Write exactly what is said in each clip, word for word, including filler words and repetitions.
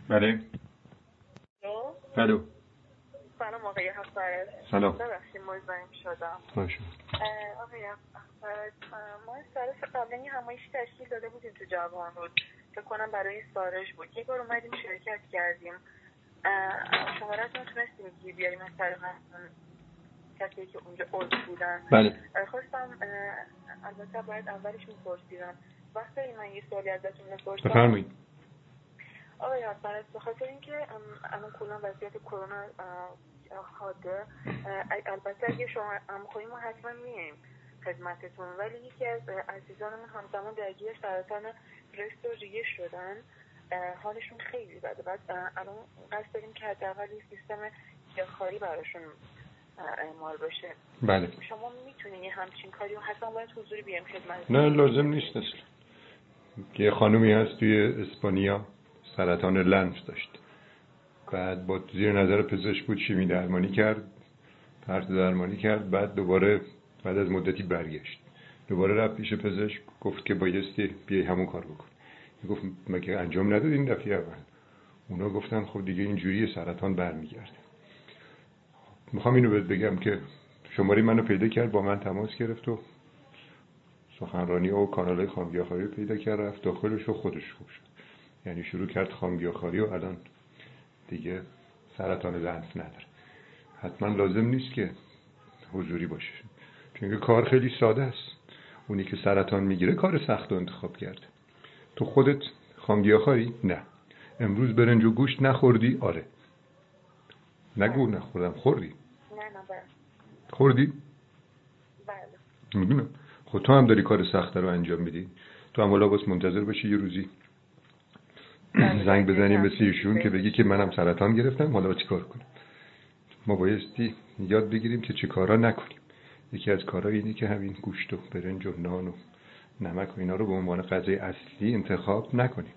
بله. بله. سلام آقای حفظ. سلام. ببخشید مزاحم شدم. باشه. آقای حفظ، ما سال قبلا یه همایشی تشکیل داده بودیم تو جوانرود. فکر کنم برای سارش بود. یه بار اومدیم شرکت کردیم. شماره‌تون تونستیم گیر بیاریم از طریق کسی که اونجا عضو بودن. بله. خواستم البته باید اولش می‌پرسیدم. وقتی من یه سوالی ازتون می‌پرسم. بفرمایید. آقای حسن، به خاطر اینکه الان کلا وضعیت کرونا حاده، البته اگه شما همخواهی ما حتما میایم خدمتتون، ولی یکی از عزیزانمون همزمان درگیر سرطان برست و ریه شدن، حالشون خیلی بده. بعد الان قصد داریم که حداقل سیستم گیاهخواری براشون اعمال بشه. بله. شما میتونین یه همچین کاری و حتما باید حضوری بیایم خدمتتون؟ نه لازم نیست اصلا. یه خانومی هست توی اسپانیا سرطان لنف داشت، بعد با زیر نظر پزشک بود شیمی درمانی کرد، پرت درمانی کرد، بعد دوباره بعد از مدتی برگشت، دوباره رفت پیش پزشک، گفت که بایستی بیای همون کار بکن. گفت مگه انجام ندادین دفعه اول؟ اونا گفتن خب دیگه اینجوری سرطان برمیگرده. میخوام اینو بهت بگم که شماره منو پیدا کرد، با من تماس گرفت و سخنرانی و کانالای خامگیاخواری پیدا کرد، رفت داخلش و خودش خوب شد. یعنی شروع کرد خامگیاخواری و الان دیگه سرطان لنف نداره. حتما لازم نیست که حضوری باشه، چون کار خیلی ساده است. اونی که سرطان میگیره کار سخت رو انتخاب کرده. تو خودت خامگیاخواری؟ نه. امروز برنج و گوشت نخوردی؟ آره. نگو نخوردم، خوردی؟ نه نه بله. خوردی؟ بله. میدونم. خب تو هم داری کار سخت رو انجام میدی. تو هم والا بس منتظر باشی یه روزی زنگ بزنی مثل ایشون که بگی که منم سرطان گرفتم، حالا چی کار کنم؟ ما بایستی یاد بگیریم که چه کارا نکنیم. یکی از کارها اینه که همین گوشت و برنج و نان و نمک و اینا رو به عنوان غذای اصلی انتخاب نکنیم.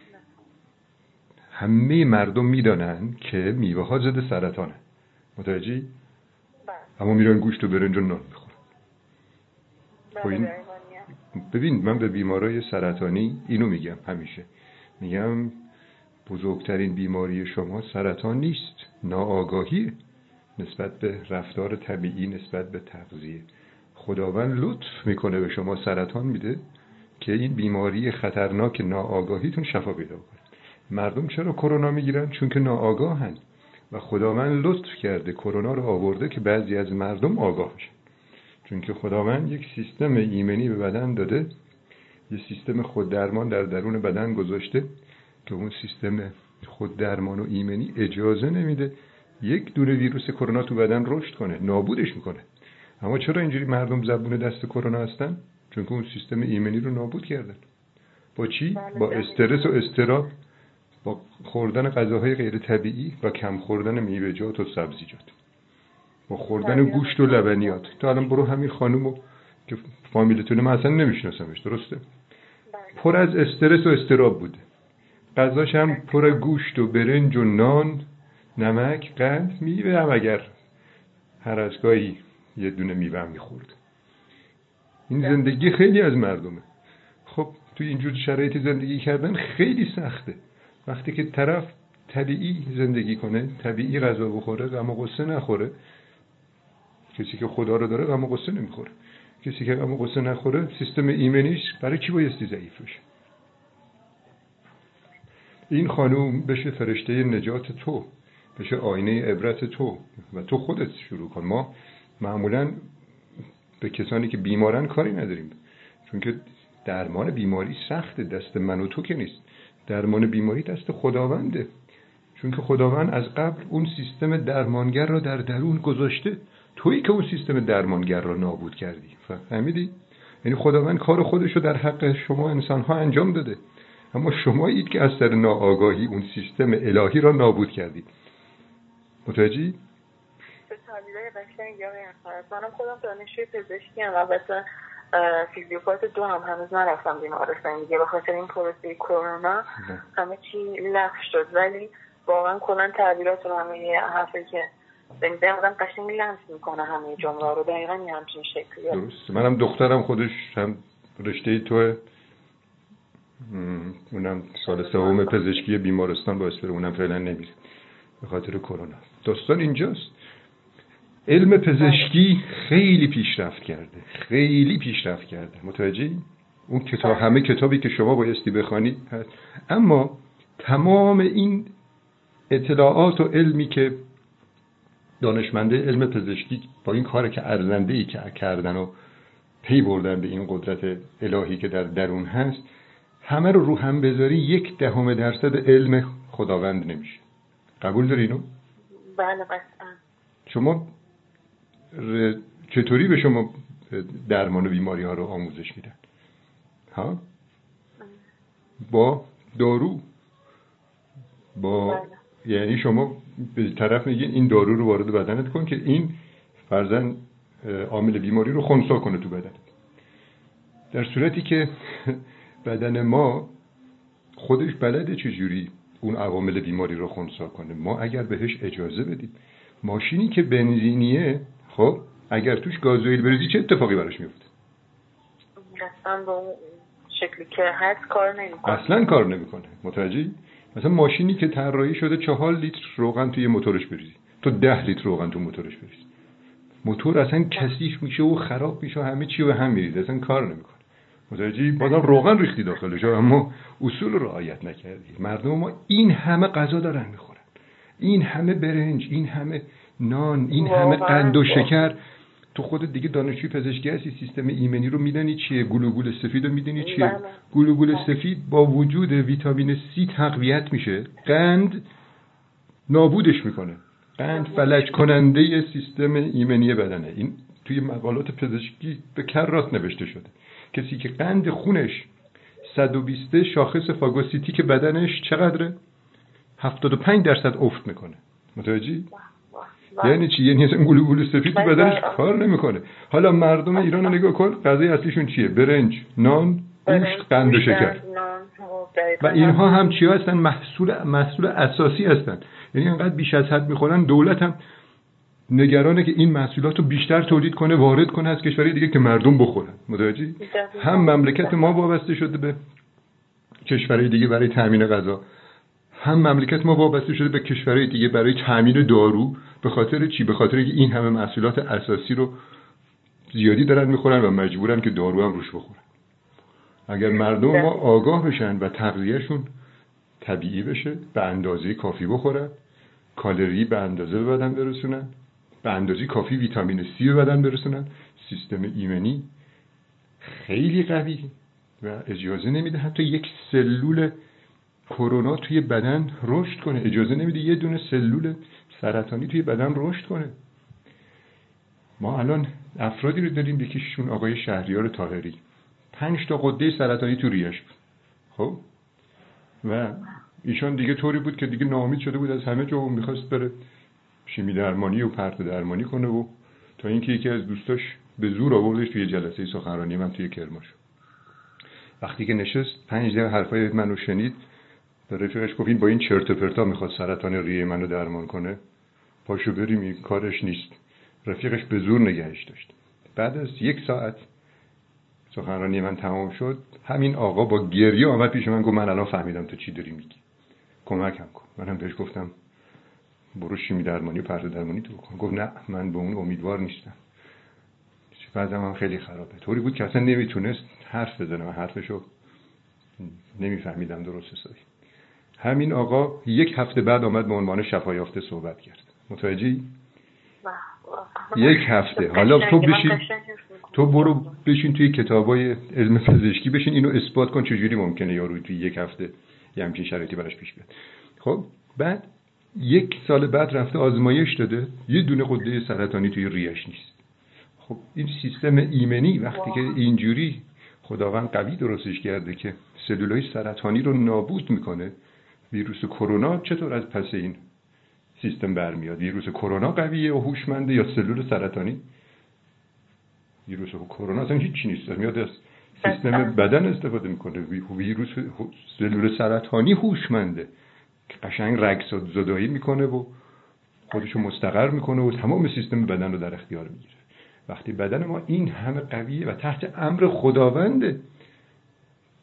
همه مردم میدانن که میوه ها ضد سرطانه، متوجهی؟ اما میرن گوشت و برنج و نان میخورن. این ببین، من به بیمارای سرطانی اینو میگم همیشه، میگم بزرگترین بیماری شما سرطان نیست، ناآگاهیه نسبت به رفتار طبیعی، نسبت به تغذیه. خداوند لطف میکنه به شما سرطان میده که این بیماری خطرناک ناآگاهیتون شفا پیدا کنه. مردم چرا کرونا میگیرن؟ چون که ناآگاهن و خداوند لطف کرده کرونا رو آورده که بعضی از مردم آگاه بشن، چون که خداوند یک سیستم ایمنی به بدن داده، یه سیستم خوددرمان در درون بدن گذاشته که اون سیستم خوددرمان و ایمنی اجازه نمیده یک دونه ویروس کرونا تو بدن رشد کنه، نابودش میکنه. اما چرا اینجوری مردم زبون دست کرونا هستن؟ چون که اون سیستم ایمنی رو نابود کردن. با چی؟ با استرس و اضطراب، با خوردن غذاهای غیر طبیعی و کم خوردن میوه‌جات و سبزیجات، با خوردن گوشت و لبنیات. تا الان برو همین خانومو که فامیلتونه من اصلا نمیشناسمش، درسته؟ پر از استرس و اضطراب بوده. غذاش هم پر گوشت و برنج و نان، نمک، قند، میوه هم اگر هر از گاهی یه دونه میوه هم میخورد. این زندگی خیلی از مردمه. خب توی اینجور شرایط زندگی کردن خیلی سخته. وقتی که طرف طبیعی زندگی کنه، طبیعی غذا بخوره، غم و غصه نخوره، کسی که خدا رو داره غم و غصه نمیخوره. کسی که غم و غصه نخوره سیستم ایمنیش برای چی بایستی ضعیف بشه؟ این خانوم بشه فرشته نجات تو، بشه آینه عبرت تو و تو خودت شروع کن. ما معمولاً به کسانی که بیمارن کاری نداریم، چون که درمان بیماری سخته، دست من و تو که نیست. درمان بیماری دست خداونده، چون که خداوند از قبل اون سیستم درمانگر را در درون گذاشته. تویی که اون سیستم درمانگر را نابود کردی. فهمیدی؟ یعنی خداوند کار خودش رو در حق شما انسان‌ها انجام داده، اما شمایید که از سر ناآگاهی اون سیستم الهی را نابود کردید. متوجهی؟ به تعبیرهای قشنگی آقای حضرت. منم خودم دانشجوی پزشکی ام و البته فیزیوپات دو هم هنوز نرفتم بیمارستان دیگه، به خاطر این پروسه کرونا همه چی لغو شد، ولی واقعا کلا تعبیراتون همه حرفی که دقیقا آدم قشنگ لمس میکنه همه جمله رو، دقیقا یه همچین شکلیه. درست. منم دخترم خودش هم رشته توه، اونم سال سوم پزشکی بیمارستان باعث بره اونم فعلا نمیره به خاطر کرونا. داستان اینجاست. علم پزشکی خیلی پیشرفت کرده، خیلی پیشرفت کرده، متوجهی؟ اون کتاب، همه کتابی که شما بایستی بخوانید هست، اما تمام این اطلاعات و علمی که دانشمنده علم پزشکی با این کار که ارزنده‌ای که کردن و پی بردن به این قدرت الهی که در درون هست، همه رو رو هم بذاری یک دهم درصد علم خداوند نمیشه. قبول داری اینو؟ بله قطعا. شما ر... چطوری به شما درمان و بیماری ها رو آموزش میدن؟ ها؟ با دارو. با بله. یعنی شما به طرف میگین این دارو رو وارد بدنت کن که این فرضاً عامل بیماری رو خنثی کنه تو بدن، در صورتی که بدن ما خودش بلده چجوری اون عوامل بیماری رو خنثی کنه. ما اگر بهش اجازه بدیم. ماشینی که بنزینیه، خب اگر توش گازوئیل بریزی چه اتفاقی براش میفته؟ اصلا به اون شکلی که هست کار نمیکنه. اصلا کار نمیکنه. متوجهی؟ مثلا ماشینی که طراحی شده چهار لیتر روغن توی موتورش بریزی، تو ده لیتر روغن تو موتورش بریزی، موتور اصلا کثیف میشه و خراب میشه و همه چی به هم میریزه، اصلا کار نمیکنه. متوجهی؟ بازم روغن ریختی داخلش اما اصول رو رعایت نکردی. مردم ما این همه غذا دارن میخورن، این همه برنج، این همه نان، این همه قند و شکر. تو خودت دیگه دانشجوی پزشکی هستی، سیستم ایمنی رو میدونی چیه؟ گلوبول سفید رو میدونی چیه؟ گلوبول سفید با وجود ویتامین سی تقویت میشه، قند نابودش میکنه. قند فلج کننده سیستم ایمنی بدنه. این توی مقالات پزشکی به کرات نوشته شده. کسی که قند خونش صد و بیست شاخص فاگوسیتیک بدنش چقدره؟ هفتاد و پنج درصد افت میکنه. متوجهی؟ یعنی چی؟ یعنی اصلا گلوبول سفید تو بدنش کار نمیکنه. حالا مردم ایران رو نگاه کن، غذای اصلیشون چیه؟ برنج، نان، گوشت، قند و شکر. و اینها هم چی هستن؟ محصول محصول اساسی هستن. یعنی انقدر بیش از حد میخورن، دولت هم نگرانه که این محصولات رو بیشتر تولید کنه، وارد کنه از کشورهای دیگه که مردم بخورن. متوجهی؟ هم مملکت ما وابسته شده به کشورهای دیگه برای تامین غذا، هم مملکت ما وابسته شده به کشورهای دیگه برای تامین دارو. به خاطر چی؟ به خاطر اینکه این همه محصولات اساسی رو زیادی دارن میخورن و مجبورن که دارو هم روش بخورن. اگر مردم ما آگاه بشن و تغذیه‌شون طبیعی بشه، به اندازه کافی بخورن، کالری به اندازه به بدن برسونن، به اندازه کافی ویتامین سی به بدن برسونن، سیستم ایمنی خیلی قوی و اجازه نمیده حتی یک سلول کرونا توی بدن رشد کنه. اجازه نمیده یه دونه سلول سرطانی توی بدن رشد کنه. ما الان افرادی رو داریم، یکیشون آقای شهریار طاهری، پنج تا غده سرطانی تو ریه‌اش بود. خب و ایشان دیگه طوری بود که دیگه ناامید شده بود از همه جا و میخواست بره شیمی درمانی و پرت درمانی کنه و تا اینکه یکی از دوستاش به زور آوردش توی جلسه سخنرانی من توی کرمانشاه. وقتی که نشست پنج دقیقه حرفای منو شنید، به رفیقش گفت این با این چرت و پرتا میخواد سرطان ریه منو درمان کنه، پاشو بریم، این کارش نیست. رفیقش به زور نگهش داشت. بعد از یک ساعت سخنرانی من تمام شد، همین آقا با گریه آمد پیش من، گفت من الان فهمیدم تو چی داری میگی، کمکم کن. منم بهش گفتم برو شیمی درمانی و پرت درمانی تو بکن. گفت نه من به اون امیدوار نیستم، وضعم هم خیلی خرابه. طوری بود که اصلا نمیتونست حرف بزنه و حرفشو نمیفهمیدم درست حسابی. همین آقا یک هفته بعد آمد به عنوان شفایافته صحبت کرد. متوجهی؟ یک هفته. حالا تو بشین، تو برو بشین توی کتابای علم پزشکی بشین اینو اثبات کن چجوری ممکنه یارو توی یک هفته یه همچین شرایطی براش پیش بیاد. خب بعد یک سال بعد رفته آزمایش داده، یه دونه غده سرطانی توی ریه‌اش نیست. خب این سیستم ایمنی وقتی که اینجوری خداوند قوی درستش کرده که سلولای سرطانی رو نابود میکنه، ویروس کرونا چطور از پس این سیستم برمیاد؟ ویروس کرونا قویه و هوشمنده یا سلول سرطانی؟ ویروس کرونا اصلا هیچ چی نیست، میاد از سیستم بدن استفاده میکنه. ویروس سلول سرطانی هوشمنده که قشنگ رگ زدایی میکنه و خودشو مستقر میکنه و تمام سیستم بدن رو در اختیار میگیره. وقتی بدن ما این همه قویه و تحت امر خداونده،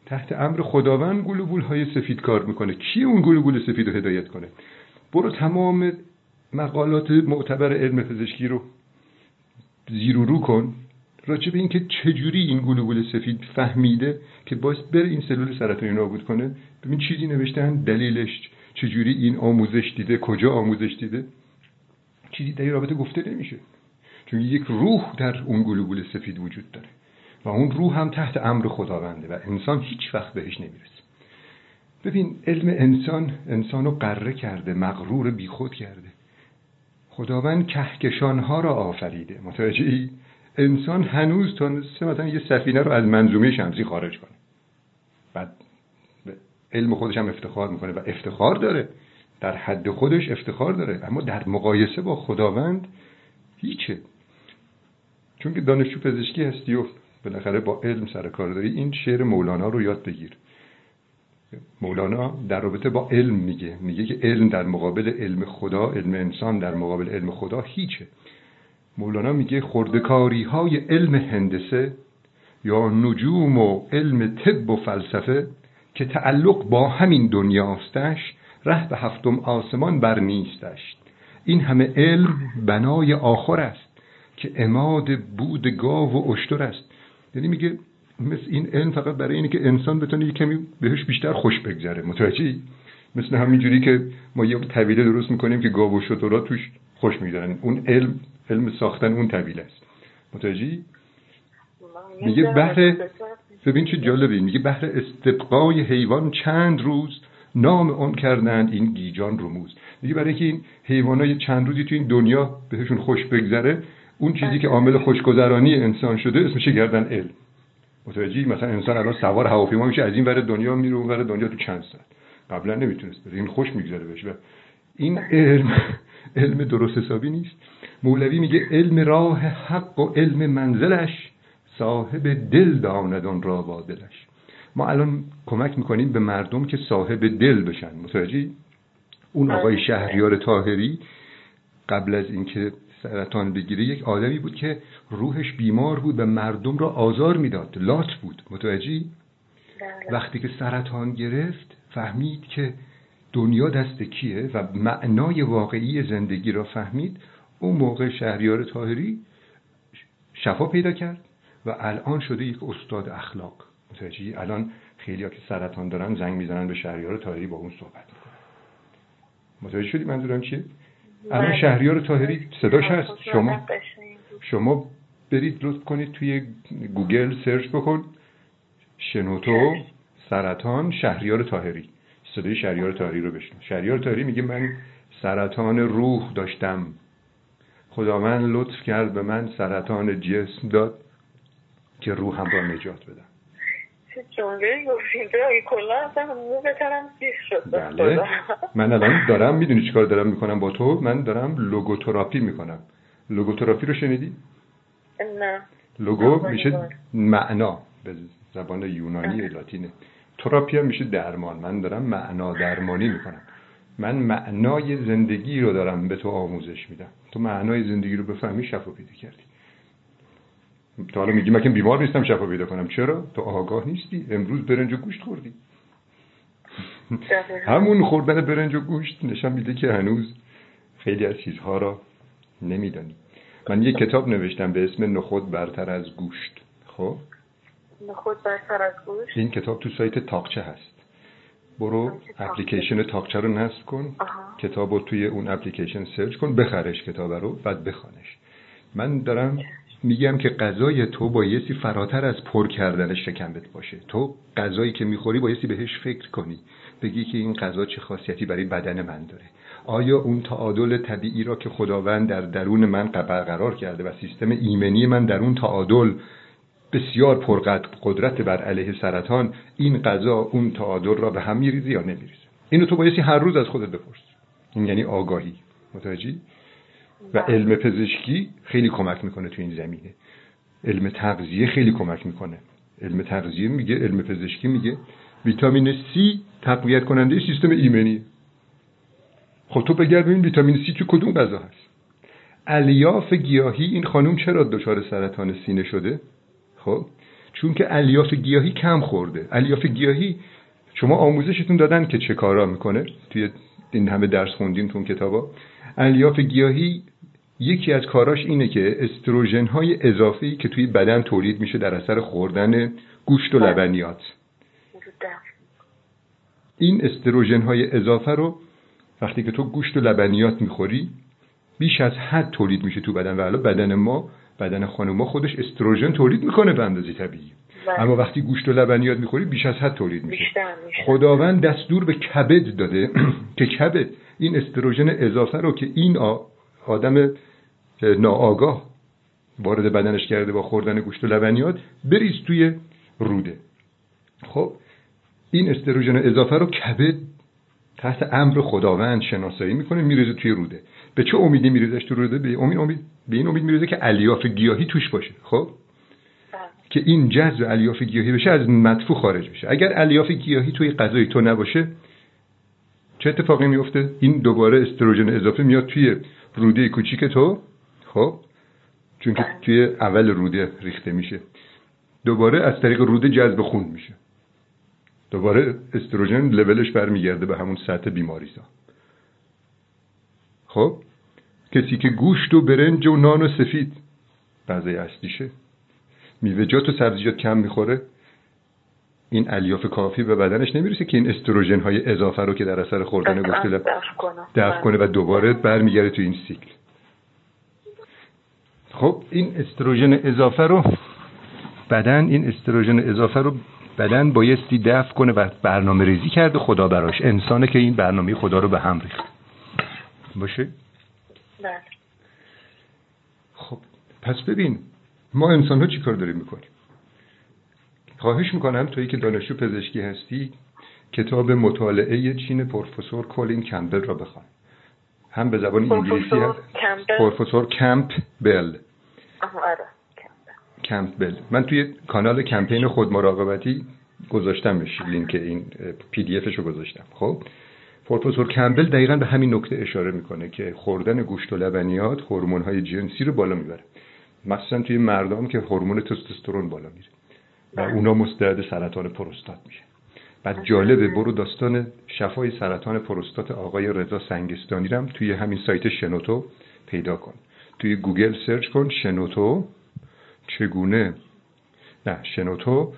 تحت امر خداوند گلوبول های سفید کار میکنه. کی اون گلوبول سفید رو هدایت کنه؟ برو تمام مقالات معتبر علم پزشکی رو زیر و رو کن راجع به این که چجوری این گلوبول سفید فهمیده که باعث بره این سلول سرطانی نابود کنه. ببین چیزی نوشتن دلیلش چجوری این آموزش دیده، کجا آموزش دیده، چیزی در این رابطه گفته نمیشه. چون یک روح در اون گلوبول سفید وجود داره و اون روح هم تحت امر خداونده و انسان هیچ وقت بهش نمیرسه. ببین علم انسان انسانو قره کرده، مغرور بیخود کرده. خداوند کهکشانها را آفریده، متوجهی؟ انسان هنوز تونسته مثلا یه سفینه رو از منظومه شمسی خارج کنه. بعد علم خودش هم افتخار میکنه و افتخار داره، در حد خودش افتخار داره، اما در مقایسه با خداوند هیچه. چون که دانشجو پزشکی هستی و بالاخره با علم سر کار داری، این شعر مولانا رو یاد بگیر. مولانا در رابطه با علم میگه میگه که علم در مقابل علم خدا، علم انسان در مقابل علم خدا هیچه. مولانا میگه خردکاری های علم هندسه یا نجوم و علم طب و فلسفه که تعلق با همین دنیاستش، ره به هفتم آسمان بر نیستش. این همه علم بنای آخر است که عماد بود گاو و اشتر است. یعنی میگه مثل این علم فقط برای اینه که انسان بتونه یه کمی بهش بیشتر خوش بگذره، متوجهی؟ مثل همین جوری که ما یه طویله درست میکنیم که گاو و شترها توش خوش میگذرن، اون علم علم ساختن اون طویله است، متوجهی؟ میگه بهر ببین چه جالبه، میگه بهر استبقای حیوان چند روز نام اون کردند این گیجان رموز. میگه برای اینکه این حیوانای چند روزی تو این دنیا بهشون خوش بگذره، اون چیزی که عامل خوشگذرانی انسان شده اسمش گردن علم. متوجهی؟ مثلا انسان الان سوار هواپیما میشه، از این ور دنیا میره اون ور دنیا تو چند ساعت. قبلا نمیتونست، این خوش میگذره بهش. و این علم علم درست حسابی نیست. مولوی میگه علم راه حق و علم منزلش، صاحب دل داند اون را با دلش. ما الان کمک میکنیم به مردم که صاحب دل بشن، متوجهی؟ اون آقای شهریار طاهری قبل از اینکه سرطان بگیره یک آدمی بود که روحش بیمار بود و مردم را آزار میداد، لات بود، متوجهی؟ وقتی که سرطان گرفت فهمید که دنیا دست کیه و معنای واقعی زندگی را فهمید. اون موقع شهریار طاهری شفا پیدا کرد و الان شده یک استاد اخلاق، متوجهی؟ الان خیلی‌ها که سرطان دارن زنگ میزنن به شهریار طاهری، با اون صحبت میکنن. متوجه شدی منظورم چیه؟ الان شهریار طاهری صداش هست. شما شما برید لطف کنید توی گوگل سرچ بکن شنوتو سرطان شهریار طاهری، صدای شهریار طاهری رو بشنو. شهریار طاهری میگه من سرطان روح داشتم، خداوند لطف کرد به من سرطان جسم داد که روحم را نجات بدم. چه جمله گفتین تو کلا اصلا مو بترم سیخ شد. بله. من الان دارم، میدونی چیکار دارم میکنم با تو؟ من دارم لوگوتراپی میکنم. لوگوتراپی رو شنیدی؟ نه. لوگو میشه معنا به زبان یونانی لاتینه، تراپی هم میشه درمان. من دارم معنا درمانی میکنم. من معنای زندگی رو دارم به تو آموزش میدم. تو معنای زندگی رو بفهمی شفا پیدا کردی. تو حالا میگی من که بیمار نیستم شفا پیدا کنم. چرا؟ تو آگاه نیستی. امروز برنج و گوشت خوردی. همون خوردن برنج و گوشت نشان میده که هنوز خیلی از چیزها را نمیدانی. من یک کتاب نوشتم به اسم نخود برتر از گوشت. خب نخود برتر از گوشت، این کتاب تو سایت تاقچه هست. برو اپلیکیشن تاقچه رو نصب کن، کتاب رو توی اون اپلیکیشن سرچ کن، بخرش کتاب رو، بعد بخوانش. من دارم میگم که غذای تو بایستی فراتر از پر کردن شکمت باشه. تو غذایی که میخوری بایستی بهش فکر کنی، بگی که این غذا چه خاصیتی برای بدن من داره. آیا اون تعادل طبیعی را که خداوند در درون من برقرار کرده و سیستم ایمنی من در اون تعادل بسیار پرقدرت بر علیه سرطان، این غذا اون تعادل را به هم میریزه یا نمیریزه؟ اینو تو بایستی هر روز از خودت بپرس. این یعنی آگاهی، متوجهی؟ و علم پزشکی خیلی کمک میکنه تو این زمینه. علم تغذیه خیلی کمک میکنه. علم تغذیه میگه، علم پزشکی میگه ویتامین C تقویت کننده سیستم ایمنی. خب تو بگرد ببین ویتامین C تو کدوم غذا هست؟ الیاف گیاهی. این خانم چرا دچار سرطان سینه شده؟ خب چون که الیاف گیاهی کم خورده. الیاف گیاهی شما آموزشتون دادن که چه کارا میکنه توی این همه درس خوندین تو کتابا. الیاف گیاهی یکی از کاراش اینه که استروژن های اضافی که توی بدن تولید میشه در اثر خوردن گوشت و لبنیات، این استروژن های اضافه رو وقتی که تو گوشت و لبنیات میخوری بیش از حد تولید میشه تو بدن و الان بدن ما، بدن خانوما خودش استروژن تولید میکنه به اندازه طبیعی. بله. اما وقتی گوشت و لبنیات میخوری بیش از حد تولید میشه. خداوند دستور به کبد داده که کبد این استروژن اضافه رو که این آدم ناآگاه وارد بدنش کرده با خوردن گوشت و لبنیات بریز توی روده. خب این استروژن اضافه رو کبد تحت امر خداوند شناسایی میکنه میریزه توی روده. به چه امیدی میریزش تو روده؟ به امید امید به این امید میریزه که الیاف گیاهی توش باشه. خب که این جذب الیاف گیاهی بشه از مدفوع خارج بشه. اگر الیاف گیاهی توی غذای تو نباشه چه اتفاقی میفته؟ این دوباره استروژن اضافه میاد توی روده کوچیک تو. خب چون که توی اول روده ریخته میشه دوباره از طریق روده جذب خون میشه، دوباره استروژن لولش برمیگرده به همون سطح بیماریزا. خب کسی که گوشت و برنج و نان و سفید غذای اصلیشه، میوه‌جات و سبزیجات کم میخوره، این الیاف کافی به بدنش نمیرسه که این استروژن های اضافه رو که در اثر خوردن گوشت دفع کنه و دوباره برمیگرده تو این سیکل. خب این استروژن اضافه رو بدن این استروژن اضافه رو بدن بایستی دفع کنه و برنامه ریزی کرده خدا براش. انسانه که این برنامه خدا رو به هم ریخت باشه. بله. خب پس ببین ما انسان ها چی کار داریم میکنیم. خواهش میکنم تویی که دانشجو پزشکی هستی کتاب مطالعه چین پروفسور کولین کمپبل را بخوان. هم به زبان انگلیسی هست. پروفسور کمپبل. آره کمپبل. من توی کانال کمپین خود مراقبتی گذاشتمش لینک این پی دی افشو گذاشتم. خب پروفسور کمپبل دقیقاً به همین نکته اشاره میکنه که خوردن گوشت و لبنیات هورمون‌های جنسی رو بالا میبره، مثلا توی مردم که هورمون تستوسترون بالا میره و اونا مستعد سرطان پروستات میشه. بعد جالبه برو داستان شفای سرطان پروستات آقای رضا سنگستانی رو توی همین سایت شنوتو پیدا کن. توی گوگل سرچ کن شنوتو چگونه نه شنوتو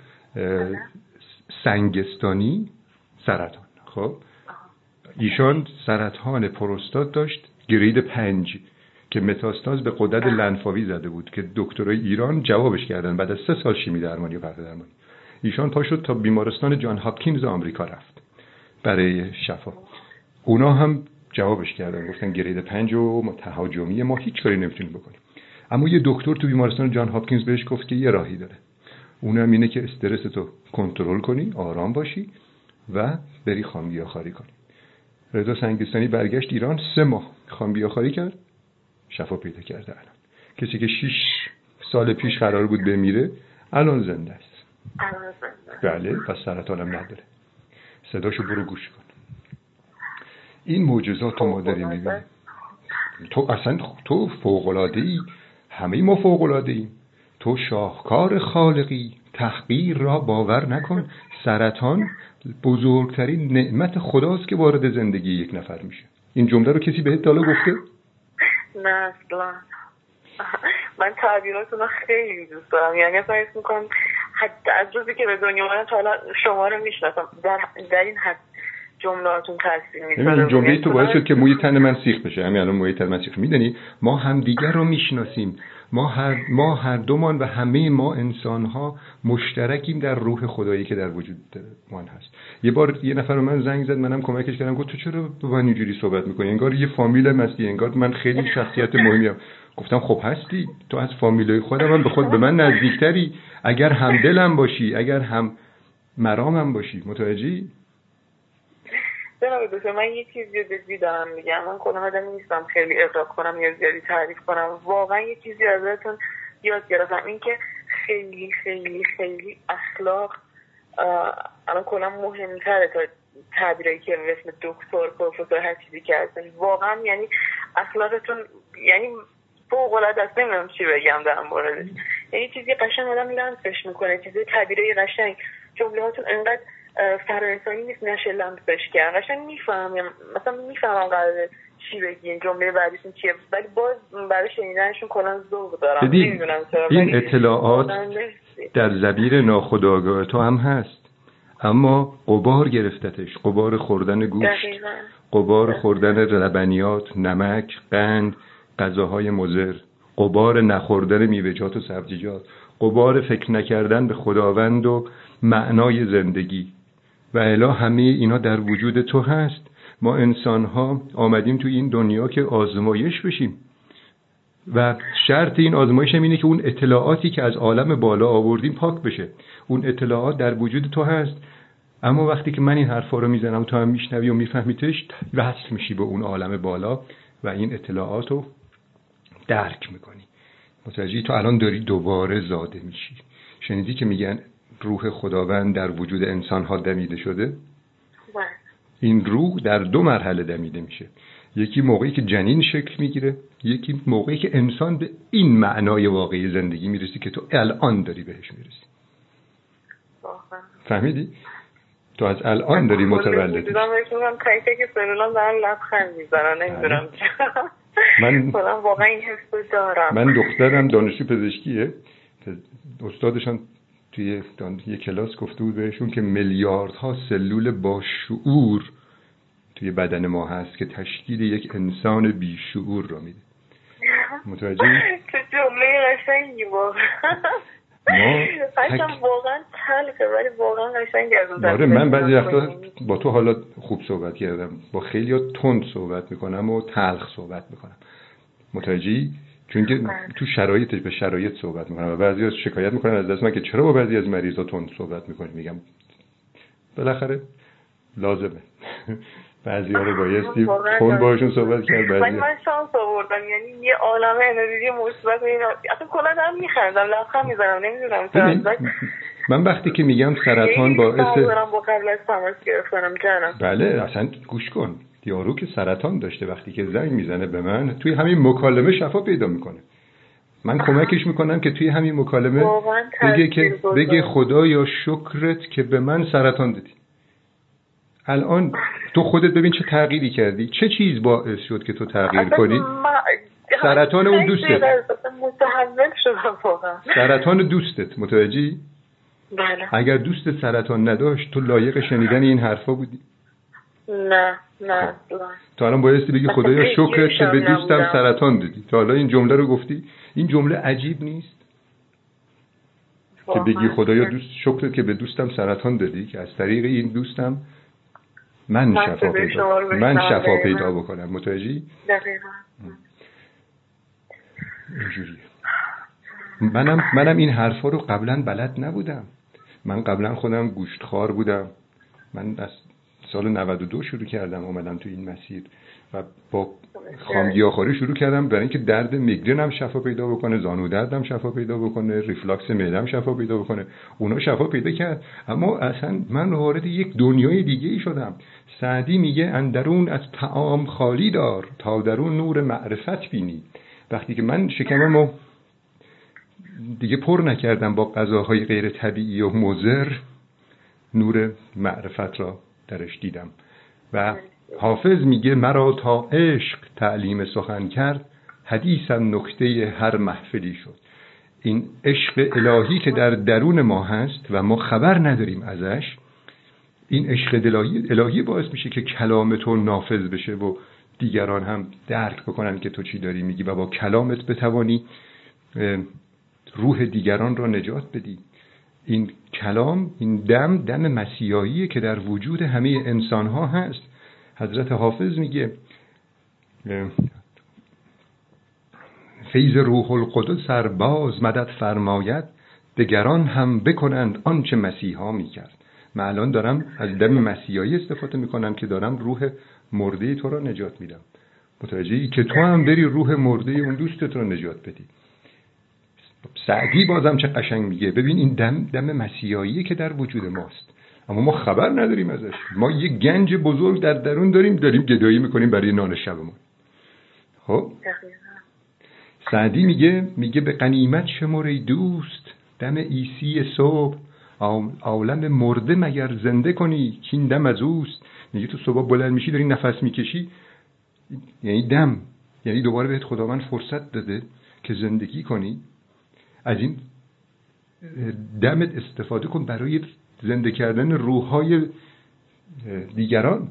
سنگستانی سرطان. خب ایشان سرطان پروستات داشت گرید پنج که متاستاز به غدد لنفاوی زده بود که دکترای ایران جوابش کردن بعد از سه سال شیمی درمانی و پرده درمانی. ایشان پا شد تا بیمارستان جان هاپکینز آمریکا رفت برای شفا. اونا هم جوابش کردن، گفتن گرید پنج و تهاجمی ما هیچ کاری نمیتونیم بکنیم. اما یه دکتر تو بیمارستان جان هاپکینز بهش گفت که یه راهی داره، اونم اینه که استرس تو کنترل کنی، آرام باشی و بری خامگیاخواری کنی. رضا سنگستانی برگشت ایران، سه ماه خامگیاخواری کرد، شفا پیدا کرده. الان کسی که شش سال پیش قرار بود بمیره الان زنده است. بله، پس سرطان هم نداره. صداشو برو گوش کن. این معجزات رو ما داریم میبینیم. تو اصلا تو فوق‌العاده‌ای، همه ما فوق‌العاده‌ایم. تو شاهکار خالقی، تحقیر را باور نکن. سرطان بزرگترین نعمت خداست که وارد زندگی یک نفر میشه. این جمله رو کسی بهت حالا گفته؟ نه اصلا. من تعبیراتون رو خیلی دوست دارم، یعنی اصلا حس میکنم حتی از روزی که به دنیا اومدم تا حالا شما رو میشناسم در, در این حد جملاتون تاثیر میذاره. این جمله تو باعث شد که موی تن من سیخ بشه. همین الان موی تن من سیخ. میدونی ما همدیگر رو میشناسیم، ما هر ما هر دومان و همه ما انسان‌ها مشترکیم در روح خدایی که در وجود ما هست. یه بار یه نفر به من زنگ زد، منم کمکش کردم، گفت تو چرا با من اینجوری صحبت می‌کنی؟ انگار یه فامیل مستی، انگار من خیلی شخصیت مهمیم. گفتم خب هستی، تو از فامیلای خودم هم به خود به من نزدیکتری. اگر هم دلم باشی، اگر هم مرامم باشی، متوجهی؟ جناب دکتر، من یه چیزی رو دیدم میگم، من کلا آدم نیستم خیلی اغراق کنم یا زیادی تعریف کنم. واقعا یه چیزی ازتون یاد گرفتم، این که خیلی خیلی خیلی اخلاق الان کلا مهمتره تا تعبیرایی که به اسم دکتر، پروفسور، هر چیزی که هستن. واقعا یعنی اخلاقتون یعنی فوق العاده است. نمیدونم چی بگم در موردش. یه چیزی قشنگ آدم لمسش میکنه، چیزی تعبیرای قشنگ، جمله‌هاتون انقدر فرانسوی نیست نشه لمسش کرد. قشنگ میفهمم، مثلا میفهمم قراره چی بگین، جمله بعدیشون چیه، ولی باز برای شنیدنشون کلا ذوق دارم. نمیدونم چرا این اطلاعات در زبیر ناخودآگاه تو هم هست، اما غبار گرفتتش، غبار خوردن گوشت، غبار خوردن لبنیات، نمک، قند، غذاهای مضر، غبار نخوردن میوه‌جات و سبزیجات، غبار فکر نکردن به خداوند و معنای زندگی و الی همه اینا در وجود تو هست. ما انسان ها آمدیم تو این دنیا که آزمایش بشیم و شرط این آزمایش هم اینه که اون اطلاعاتی که از عالم بالا آوردیم پاک بشه. اون اطلاعات در وجود تو هست، اما وقتی که من این حرفا رو میزنم تو هم میشنوی و میفهمیتش، وصل میشی به اون عالم بالا و این اطلاعات رو درک میکنی. متوجهی؟ تو الان داری دوباره زاده میشی. شنیدی که میگن روح خداوند در وجود انسان ها دمیده شده؟ این روح در دو مرحله دمیده میشه. یکی موقعی که جنین شکل میگیره، یکی موقعی که انسان به این معنای واقعی زندگی میرسی که تو الان داری بهش میرسی. فهمیدی؟ تو از الان داری متولد میشی. من میگم کایکه که سلولان دارن لبخند میزنن، نمیدونم چرا. من واقعا این حسو دارم. من دخترم دانشجو پزشکیه، استادشان توی یه کلاس گفته بود بهشون که میلیاردها سلول با شعور توی بدن ما هست که تشکیل یک انسان بی شعور رو میده. متوجهی؟ چه جمله قشنگی واقعا. ما قشنگ واقعا تلخه ولی واقعا قشنگ گردوندم. آره، من بعضی وقتا با تو حالا خوب صحبت کردم، با خیلی‌ها تند صحبت میکنم و تلخ صحبت میکنم. متوجهی؟ چون که تو شرایطش به شرایط صحبت میکنم و بعضی‌ها شکایت میکنن از دست من که چرا با بعضی از مریضا تند صحبت میکنی. میگم بالاخره لازمه. بعضی‌ها رو بایستی تند باهاشون صحبت کرد. بعضی من شانس آوردم، یعنی یه عالمه انرژی مثبت اینا، اصلا کلا دارم میخندم، لبخند میزنم، نمیدونم چرا. من وقتی که میگم سرطان باعث دارم با قبل از تماس گرفتنم جانم. بله اصلا گوش کن، یارو که سرطان داشته وقتی که زنگ میزنه به من توی همین مکالمه شفا پیدا میکنه. من کمکش میکنم که توی همین مکالمه بگه که بگه خدایا شکرت که به من سرطان دادی. الان تو خودت ببین چه تغییری کردی، چه چیز باعث شد که تو تغییر کنی. سرطان اون دوستت، متحول شدم واقعا. سرطان دوستت، متوجهی؟ بله. اگر دوست سرطان نداشت تو لایق شنیدن این حرفا بودی؟ نه نه. تو الان بایستی بگی خدایا شکرت که به دوستم سرطان دادی. تو حالا این جمله رو گفتی، این جمله عجیب نیست؟ که بگی خدایا دوست شکرت که به دوستم سرطان دادی که از طریق این دوستم من شفا پیدا من شفا پیدا بکنم. متوجهی؟ دقیقاً. اینجوریه. منم منم این حرفا رو قبلا بلد نبودم. من قبلا خودم گوشتخوار بودم. من از سال نود و دو شروع کردم اومدم تو این مسیر و با خامگیاخواری شروع کردم برای اینکه درد میگرنم شفا پیدا بکنه، زانو دردم شفا پیدا بکنه، ریفلاکس معده‌ام شفا پیدا بکنه. اونا شفا پیدا کرد، اما اصلا من وارد یک دنیای دیگه ای شدم. سعدی میگه اندرون از طعام خالی دار تا درون نور معرفت بینی. وقتی که من شکممو دیگه پر نکردم با غذاهای غیر طبیعی و مضر، نور معرفت را درش دیدم. و حافظ میگه مرا تا عشق تعلیم سخن کرد، حدیثم نکته هر محفلی شد. این عشق الهی که در درون ما هست و ما خبر نداریم ازش، این عشق الهی الهی باعث میشه که کلام تو نافذ بشه و دیگران هم درک بکنن که تو چی داری میگی و با کلامت بتوانی روح دیگران را نجات بدی. این کلام، این دم دم مسیحاییه که در وجود همه انسان ها هست. حضرت حافظ میگه فیض روح القدس سرباز مدد فرماید، دگران هم بکنند آنچه مسیحا میکرد. من الان دارم از دم مسیحایی استفاده میکنم که دارم روح مرده تو را نجات میدم. متوجهی؟ که تو هم بری روح مرده اون دوستت رو نجات بدی. سعدی بازم چه قشنگ میگه، ببین این دم دم مسیحاییه که در وجود ماست، اما ما خبر نداریم ازش. ما یه گنج بزرگ در درون داریم، داریم گدایی میکنیم برای نان شبمون. خب سعدی میگه میگه به غنیمت شمر ای دوست دم عیسی صبح، عالم مرده مگر زنده کنی کین دم از اوست. میگه تو صبح بلند میشی داری نفس میکشی، یعنی دم، یعنی دوباره بهت خداوند فرصت داده که زندگی کنی. از این دمت استفاده کن برای زنده کردن روح‌های دیگران.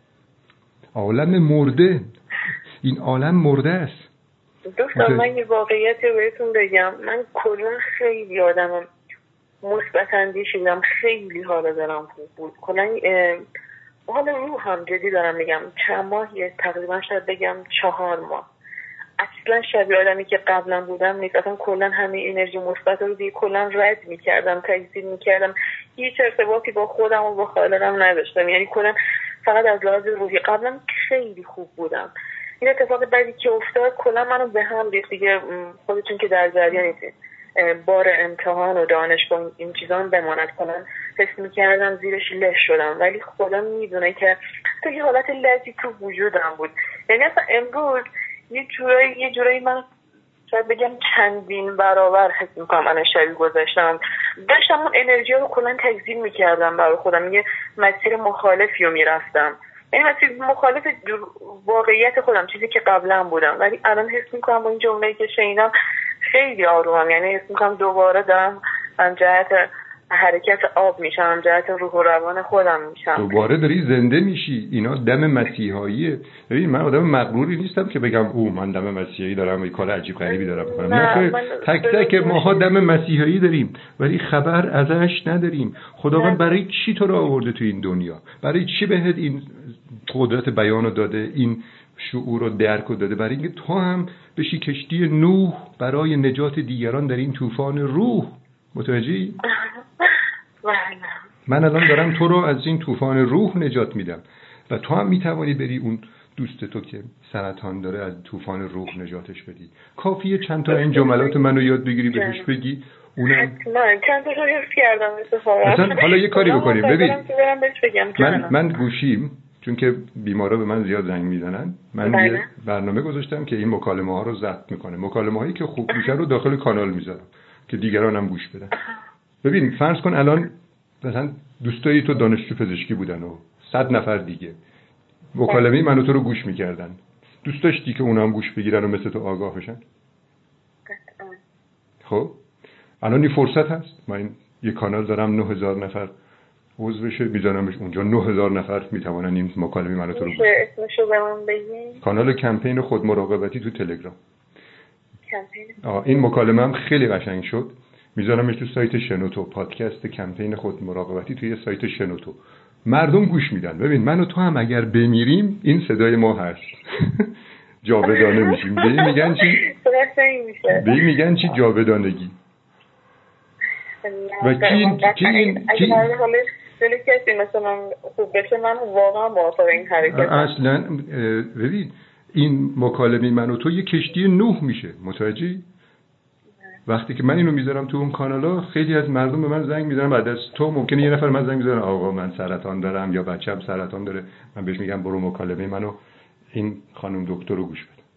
عالم مرده، این عالم مرده است. دوستان من یه واقعیتی بهتون بگم، من کلا خیلی آدمم مثبت اندیشیدم، خیلی حال دلم خوب بود، کلا حالا روحم جدی دارم میگم چند ماهیه، تقریبا شاید بگم چهار ماه اصلا شبیه آدمی که قبلا بودم نیست. اصلا کلا همه انرژی مثبت رو دیگه کلا رد میکردم، تجزیه میکردم، هیچ ارتباطی با خودم و با خالقم نداشتم. یعنی کلا فقط از لحاظ روحی قبلا خیلی خوب بودم. این اتفاق بعدی که افتاد کلا منو به هم ریخت دیگه. خودتون که در جریانید، بار امتحان و دانشگاه این چیزا رو بماند کنن حس میکردم زیرش لش شدم، ولی خدا میدونه که تو یه حالت لذی تو وجودم بود. یعنی اصلا امروز یه جورایی یه جورایی من شاید بگم چندین برابر حس میکنم من شبیه گذاشتم، داشتم اون انرژی رو کلا تجزیه میکردم برای خودم، یه مسیر مخالفی رو میرفتم، یعنی مسیر مخالف واقعیت خودم، چیزی که قبلا بودم. ولی الان حس میکنم با این جمله‌ای که شنیدم خیلی آرومم، یعنی حس میکنم دوباره دارم هم جهت حرکت آب میشم، جهت روح و روان خودم میشم، دوباره داری زنده میشی. اینا دم مسیحاییه. ببین من آدم مغروری نیستم که بگم او من دم مسیحایی دارم و کار عجیب غریبی دارم میکنم. نه، تک تک ماها دم مسیحایی داریم ولی خبر ازش نداریم. خداوند برای چی تو رو آورده تو این دنیا؟ برای چی بهت این قدرت بیان رو داده، این شعور و درک رو داده؟ برای اینکه تو هم بشی کشتی نوح برای نجات دیگران در این طوفان روح. متوجهی؟ من الان دارم تو رو از این طوفان روح نجات میدم و تو هم میتوانی بری اون دوست تو که سرطان داره از طوفان روح نجاتش بدی. کافیه چند تا این جملات منو یاد بگیری بهش بگی. اونم من چند تا رو حفظ کردم مثلا. حالا یه کاری بکنیم، ببین من من گوشیم چون که بیمارا به من زیاد زنگ میزنن، من بله. یه برنامه گذاشتم که این مکالمه ها رو ضبط میکنه. مکالمه هایی که خوب میشه رو داخل کانال میذارم که دیگران هم گوش بدن. ببین فرض کن الان مثلا دوستایی تو دانشجو پزشکی بودن و صد نفر دیگه مکالمه من و تو رو گوش میکردن. دوست داشتی که اونا هم گوش بگیرن و مثل تو آگاه بشن؟ خب الان این فرصت هست. من یه کانال دارم نه هزار نفر عضو بشه، میذارمش اونجا. نه هزار نفر میتونن این مکالمه من و تو رو گوش بدن. اسمشو به من بگین. کانال کمپین خود مراقبتی تو تلگرام. کمپین. آه این مکالمه هم خیلی قشنگ شد. میذارمش تو سایت شنوتو، پادکست کمپین خود مراقبتی توی سایت شنوتو. مردم گوش میدن. ببین من و تو هم اگر بمیریم این صدای ما هست. جاودانه میشیم. به این میگن چی؟ به این میگن چی؟ جاودانگی. و کی کی این کی دل کسی مثلا خوب بشه من واقعا موافق این حرکت. اصلا ببین این مکالمه من و تو یه کشتی نوح میشه. متوجهی؟ وقتی که من اینو میذارم تو اون کانالا، خیلی از مردم به من زنگ میزنن. بعد از تو ممکنه یه نفر من زنگ بزنه آقا من سرطان دارم یا بچه‌م سرطان داره. من بهش میگم برو مکالمه منو این خانم دکتر رو گوش بده.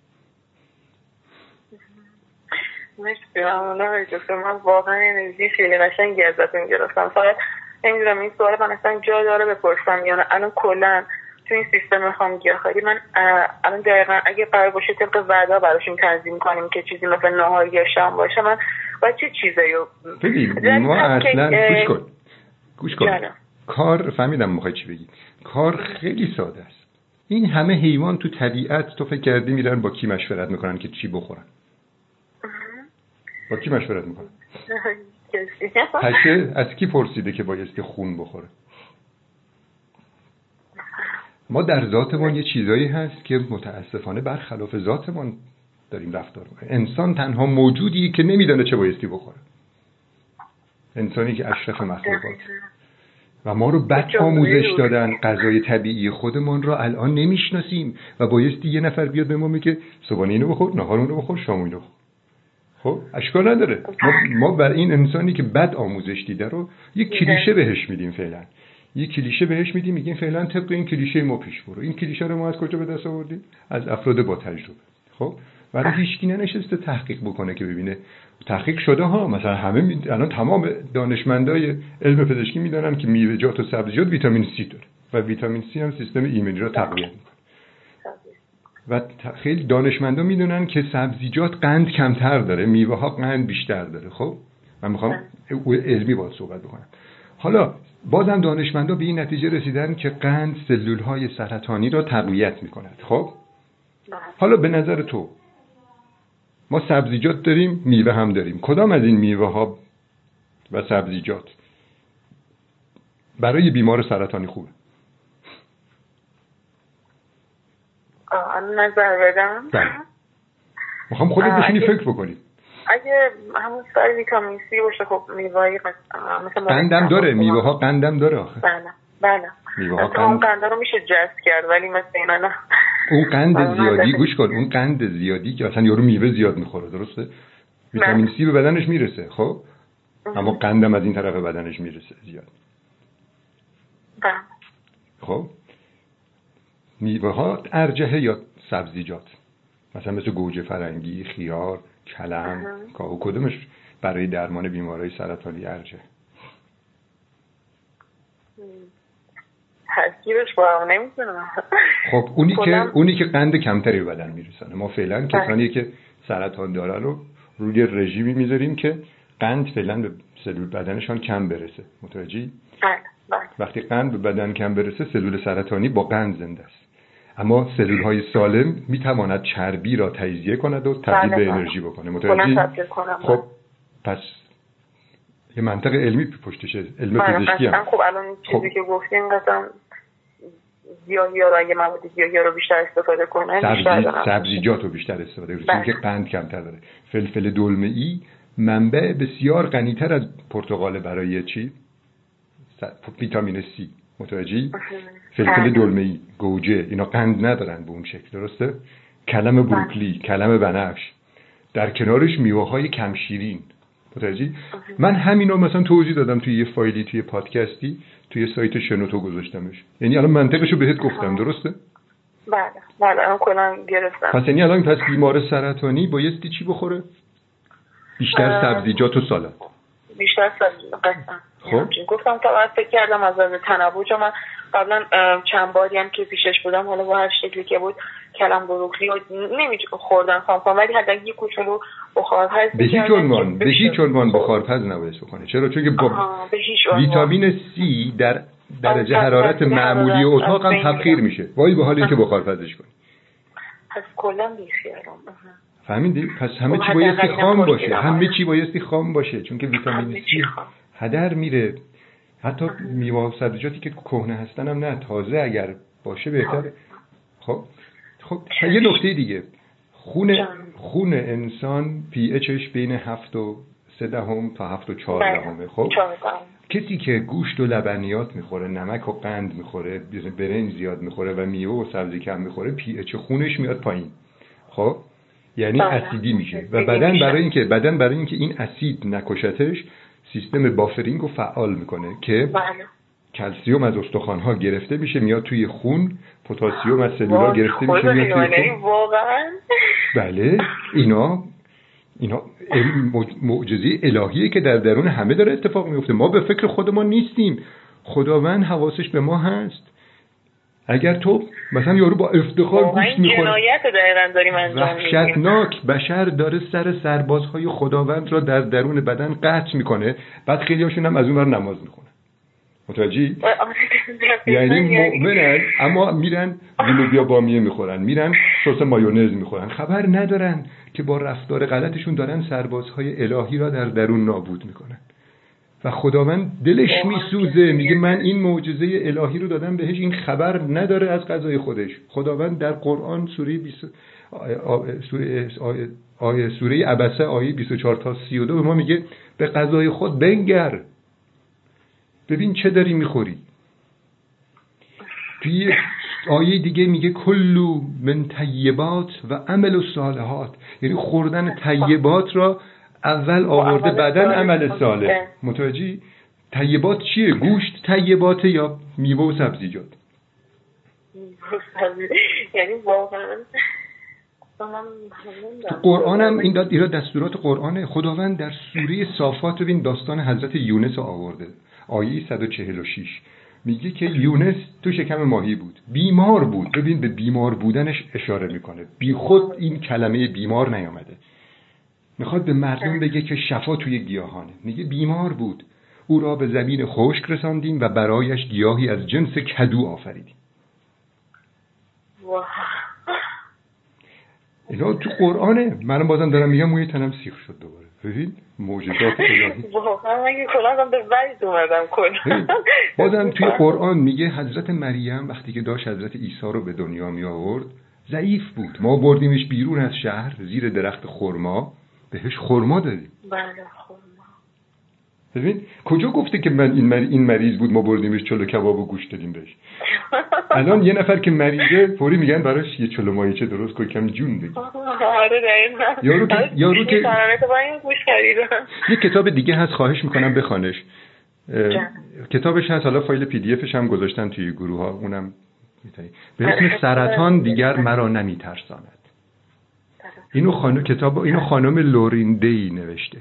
مرسی ممنونم دکتر. من واقعا انرژی خیلی قشنگی ازتون گرفتم. فقط نمیدونم این سوال من اصلا جا داره بپرسم یا نه. الان کلا تو این سیستم میخوام گیاهخواری من الان دقیقاً اگه قرار باشه طبق وعده براشون تنظیم کنیم که چیزی مثلا نهار یا شام باشه، من باید چه چیزایی رو ببین ما اصلا گوش کن گوش کن جانا. کار فهمیدم میخوای چی بگی. کار خیلی ساده است. این همه حیوان تو طبیعت تو فکر کردی میرن با کی مشورت میکنن که چی بخورن؟ با کی مشورت میکنن؟ پشه از کی پرسیده که بایستی خون بخوره؟ ما در ذاتمان یه چیزایی هست که متاسفانه برخلاف ذاتمان داریم رفتار میکنیم. انسان تنها موجودی که نمیدونه چه بایستی بخوره. انسانی که اشرف مخلوقات و ما رو بد آموزش دادن. غذای طبیعی خودمان رو الان نمیشناسیم و بایستی یه نفر بیاد به ما میگه صبحانه اینو بخور، نهار اونو بخور، شام اینو بخور. خب اشکال نداره. ما, ما بر این انسانی که بد آموزش دیده رو یه کلیشه بهش میدیم فعلا. یه کلیشه بهش میدیم، میگیم فعلا طبق این کلیشه ما پیش برو. این کلیشه رو ما از کجا به دست آوردیم؟ از افراد با تجربه. خب برای هیچکی ننشسته تحقیق بکنه که ببینه. تحقیق شده ها، مثلا همه می... الان تمام دانشمندای علم پزشکی میدونن که میوه‌جات و سبزیجات ویتامین سی داره و ویتامین سی هم سیستم ایمنی رو تقویت میکنه. و خیلی دانشمندا میدونن که سبزیجات قند کمتر داره، میوه ها قند بیشتر داره. خب من میخوام علمی باهات صحبت بکنم. حالا بازم دانشمندا به این نتیجه رسیدن که قند سلول های سرطانی را تقویت میکند. خب حالا به نظر تو ما سبزیجات داریم، میوه هم داریم، کدام از این میوه ها و سبزیجات برای بیمار سرطانی خوبه؟ آه نظر بدم؟ بله. میخوام خودت بشینی فکر بکنی. اگه همون سر ویتامین سی باشه خب میوه‌ای مثلا قندم داره، میوه ها قندم داره آخه. بله بله. میوه ها قند... قند رو میشه جذب کرد ولی مثلا اینا نه. اون قند زیادی گوش کن، اون قند زیادی که مثلا یارو میوه زیاد میخوره، درسته؟ ویتامین سی به بدنش میرسه، خب اما قندم از این طرف بدنش میرسه زیاد. بله. خب میوه ها ارجحه یا سبزیجات؟ مثلا مثل گوجه فرنگی، خیار، کلم، کاهو، کدومش برای درمان بیماری سرطانی ارجحه؟ ترکیبش با هم نمیتونم. خب اونی که اونی که قند کمتری به بدن میرسونه. ما فعلا کسانی که سرطان دارن رو روی رژیمی میذاریم که قند فعلا به سلول بدنشان کم برسه. متوجهی؟ بله بله. وقتی قند به بدن کم برسه سلول سرطانی با قند زنده است. اما سلول های سالم میتواند چربی را تجزیه کند و تبدیل به انرژی بکنه. متوجهی؟ خب پس یه منطق علمی پشتشه، علم پزشکی هم. خب الان چیزی که گفتین قسم گیاهی‌ها رو اگه مواد گیاهی رو بیشتر استفاده کنن سبزی سبزیجات رو بیشتر استفاده کنن چون که قند کمتر داره. فلفل دلمه‌ای منبع بسیار غنی‌تر از پرتقال برای چی؟ ویتامین سی. متوجهی؟ فلفل دلمه‌ای، گوجه، اینا قند ندارن به اون شکل، درسته؟ کلم بروکلی، کلم بنفش، در کنارش میوه‌های کم شیرین. متوجهی؟ من همینو مثلا توضیح دادم توی یه فایلی، توی پادکستی، توی سایت شنوتو گذاشتمش. یعنی الان منطقشو بهت گفتم، درسته؟ بله بله الان کلا گرفتم. پس یعنی الان پس بیمار سرطانی بایستی چی بخوره؟ بیشتر سبزیجات و سالاد. بیشتر سبزیجات. خب گفتم تا بعد فکر کردم از از تنوع، چون من قبلا چند باری هم که پیشش بودم حالا با هر شکلی که بود کلم بروکلی و نمیشه خوردن خام، ولی حتی یه کوچولو بخارپز به هیچ عنوان به هیچ عنوان بخارپز نباید بکنه. چرا؟ چون که با ویتامین سی در درجه حرارت معمولی اتاق هم تبخیر میشه. وای به حال اینکه بخارپزش کنی. پس کلا بیخیالم. فهمیدی؟ پس همه چی بایستی خام باشه. همه چی بایستی خام باشه چون که ویتامین سی هدر میره. حتی میوه و سبزیجاتی که کهنه هستن هم نه، تازه اگر باشه بهتره. خب خب یه نکته دیگه، خون خون انسان پی اچش بین هفت و سه دهم تا هفت و چهار دهمه. خب کسی که گوشت و لبنیات میخوره، نمک و قند میخوره، برنج زیاد میخوره و میوه و سبزی کم میخوره، پی اچ خونش میاد پایین. خب یعنی اسیدی میشه و بدن برای اینکه بدن برای اینکه این اسید نکشتش سیستم بافرینگ رو فعال میکنه که کلسیوم از استخوان‌ها گرفته میشه میاد توی خون، پتاسیم از سلول‌ها گرفته میشه میاد توی خون. واقعا بله اینا اینا معجزه الهیه که در درون همه داره اتفاق میفته. ما به فکر خودمان نیستیم، خداوند حواسش به ما هست. اگر تو مثلا یارو با افتخار گوشت میخوره، جنایت دقیقاً داریم انجام میدیم. وحشتناک. بشر داره سر سربازهای خداوند را در درون بدن قطع میکنه، بعد خیلی هاشون هم از اون ور نماز میخونن. متوجهی؟ یعنی مؤمنن اما میرن لوبیا بامیه میخورن، میرن سس مایونز میخورن، خبر ندارن که با رفتار غلطشون دارن سربازهای الهی را در درون نابود میکنن. و خداوند دلش میسوزه، میگه من این معجزه الهی رو دادم بهش، این خبر نداره از قضای خودش. خداوند در قرآن سوره بیست سوره آیه سوره عبسه آیه بیست و چهار تا سی و دو به ما میگه به قضای خود بنگر، ببین چه داری میخوری. توی آیه دیگه میگه کلوا من طیبات و عمل الصالحات، یعنی خوردن طیبات را اول آورده بعدن عمل صالح. متوجهی؟ طیبات چیه؟ گوشت طیبات یا میوه و سبزیجات؟ یعنی واقعا تو قرآن هم این داد ایراد دستورات قرآنه. خداوند در سوره صافات ببین داستان حضرت یونس آورده، آیه صد و چهل و شش میگه که یونس تو شکم ماهی بود، بیمار بود. ببین به بیمار بودنش اشاره میکنه، بی خود این کلمه بیمار نیامده. میخواد به مردم بگه که شفا توی گیاهانه. میگه بیمار بود، او را به زمین خشک رساندیم و برایش گیاهی از جنس کدو آفریدیم. اینا تو قرآنه. منم بازم دارم میگم موی تنم سیخ شد دوباره. ببین معجزات الهی. واقعا من کلا به وجد اومدم کلا. بازم توی قرآن میگه حضرت مریم وقتی که داشت حضرت عیسی رو به دنیا می آورد ضعیف بود، ما بردیمش بیرون از شهر زیر درخت خرما بهش خرما دادیم. بله خرما. ببین کجا گفته که من این مری... این مریض بود ما بردیمش چلو کباب و گوشت دادیم بهش. الان یه نفر که مریضه فوری میگن براش یه چلو ماهیچه درست کن کم جون بگی. آره دقیقاً. یارو که یارو که یه کتاب دیگه هست خواهش میکنم بخوانش. کتابش هست، حالا فایل پی دی افش هم گذاشتن توی گروه ها، اونم میتونی. به اسم سرطان دیگر مرا نمیترساند. اینو خانم کتاب اینو خانم لورین دی نوشته.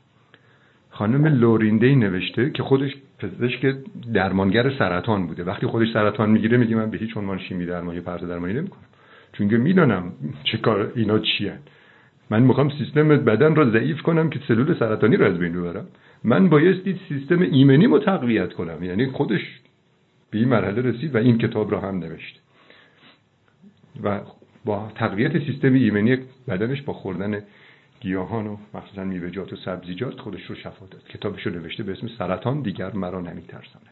خانم لورین دی نوشته که خودش پزشک درمانگر سرطان بوده. وقتی خودش سرطان میگیره میگه من به هیچ عنوان شیمی درمانی پرت درمانی نمیکنم، چون که میدونم چه کار اینا چیه. من میخوام سیستم بدن رو ضعیف کنم که سلول سرطانی رو از بین ببرم. من بایستی سیستم ایمنیمو تقویت کنم. یعنی خودش به این مرحله رسید و این کتاب رو هم نوشته و با تقویت سیستم ایمنی بدنش با خوردن گیاهان و مخصوصا میوه‌جات و سبزیجات خودش رو شفا داد. کتابش رو نوشته به اسم سرطان دیگر مرا نمیترسانه.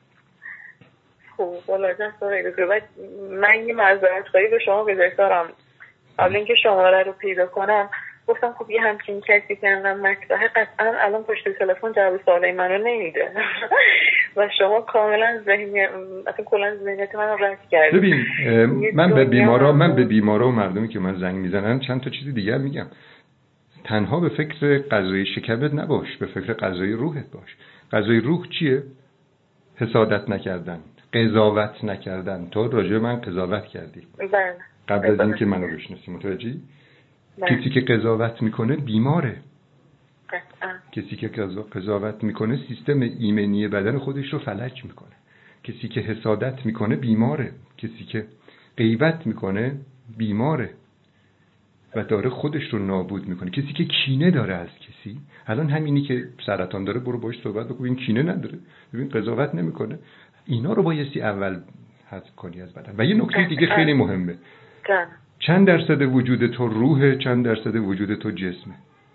خب والا جنس آقای من یه معذرت خواهی به شما بذارم. قبل اینکه شماره رو پیدا کنم گفتم خب یه همچین کسی که انقدر مکتاه قطعا الان پشت تلفن جواب سوالای منو نمیده و شما کاملا ذهنی اصلا کلا ذهنیت منو رد کردید. ببین من به بیمارا من به بیمارا و مردمی که من زنگ میزنن چند تا چیز دیگر میگم. تنها به فکر غذای شکمت نباش، به فکر غذای روحت باش. غذای روح چیه؟ حسادت نکردن، قضاوت نکردن. تو راجع من قضاوت کردی بله قبل از اینکه منو بشناسی، متوجهی؟ کسی که قضاوت میکنه بیماره. قطعا. کسی که قضاوت میکنه سیستم ایمنی بدن خودش رو فلج میکنه. کسی که حسادت میکنه بیماره. کسی که غیبت میکنه بیماره و داره خودش رو نابود میکنه. کسی که کینه داره از کسی، الان همینی که سرطان داره برو باش صحبت بکن، این کینه نداره، ببین قضاوت نمیکنه. اینا رو بایستی اول حذف کنی از بدن. و یه نکته دیگه خیلی مهمه. جان. چند درصد وجود تو روحه، چند درصد وجود تو جسمه؟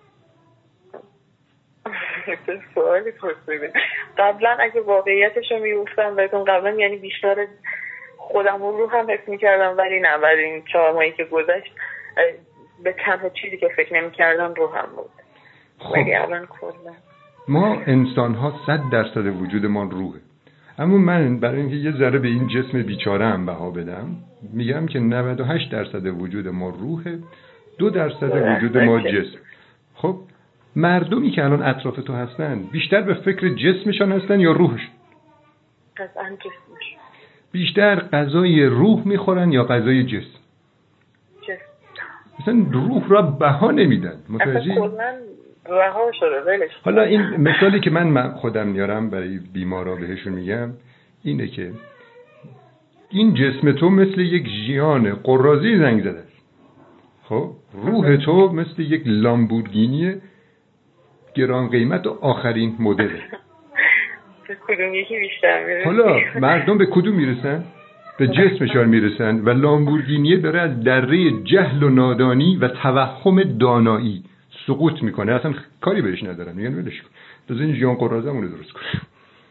سوالی پرسیدین. قبلا اگه واقعیتش رو میگفتم بهتون قبلا یعنی بیشتر خودم رو روحم حس میکردم، ولی نه بعد این چهار ماهی که گذشت به تنها چیزی که فکر نمی‌کردم روحم بود. خب ولی الان کلا ما انسان ها صد درصد وجود ما روحه. اما من برای اینکه یه ذره به این جسم بیچاره هم بها بدم میگم که نود و هشت درصد وجود ما روحه، دو درصد وجود ما جسم. خب مردمی که الان اطراف تو هستن بیشتر به فکر جسمشان هستن یا روحشون؟ قطعاً جسمش. بیشتر غذای روح میخورن یا غذای جسم؟ جسم. مثلا روح را بها نمیدن. متوجهی؟ اصلا کلاً رها شده ولش. حالا این مثالی که من خودم میارم برای بیمارا بهشون میگم اینه که این جسم تو مثل یک ژیان قراضی زنگ زده است. خب روح تو مثل یک لامبورگینی گران قیمت و آخرین مدل. به کدوم یکی بیشتر میرسن؟ حالا مردم به کدوم میرسن؟ به جسمشان میرسن و لامبورگینی داره از دره جهل و نادانی و توهم دانایی سقوط میکنه. اصلا کاری بهش ندارن، میگن ولش کن بذار این ژیان قراضه‌مون رو درست کنیم.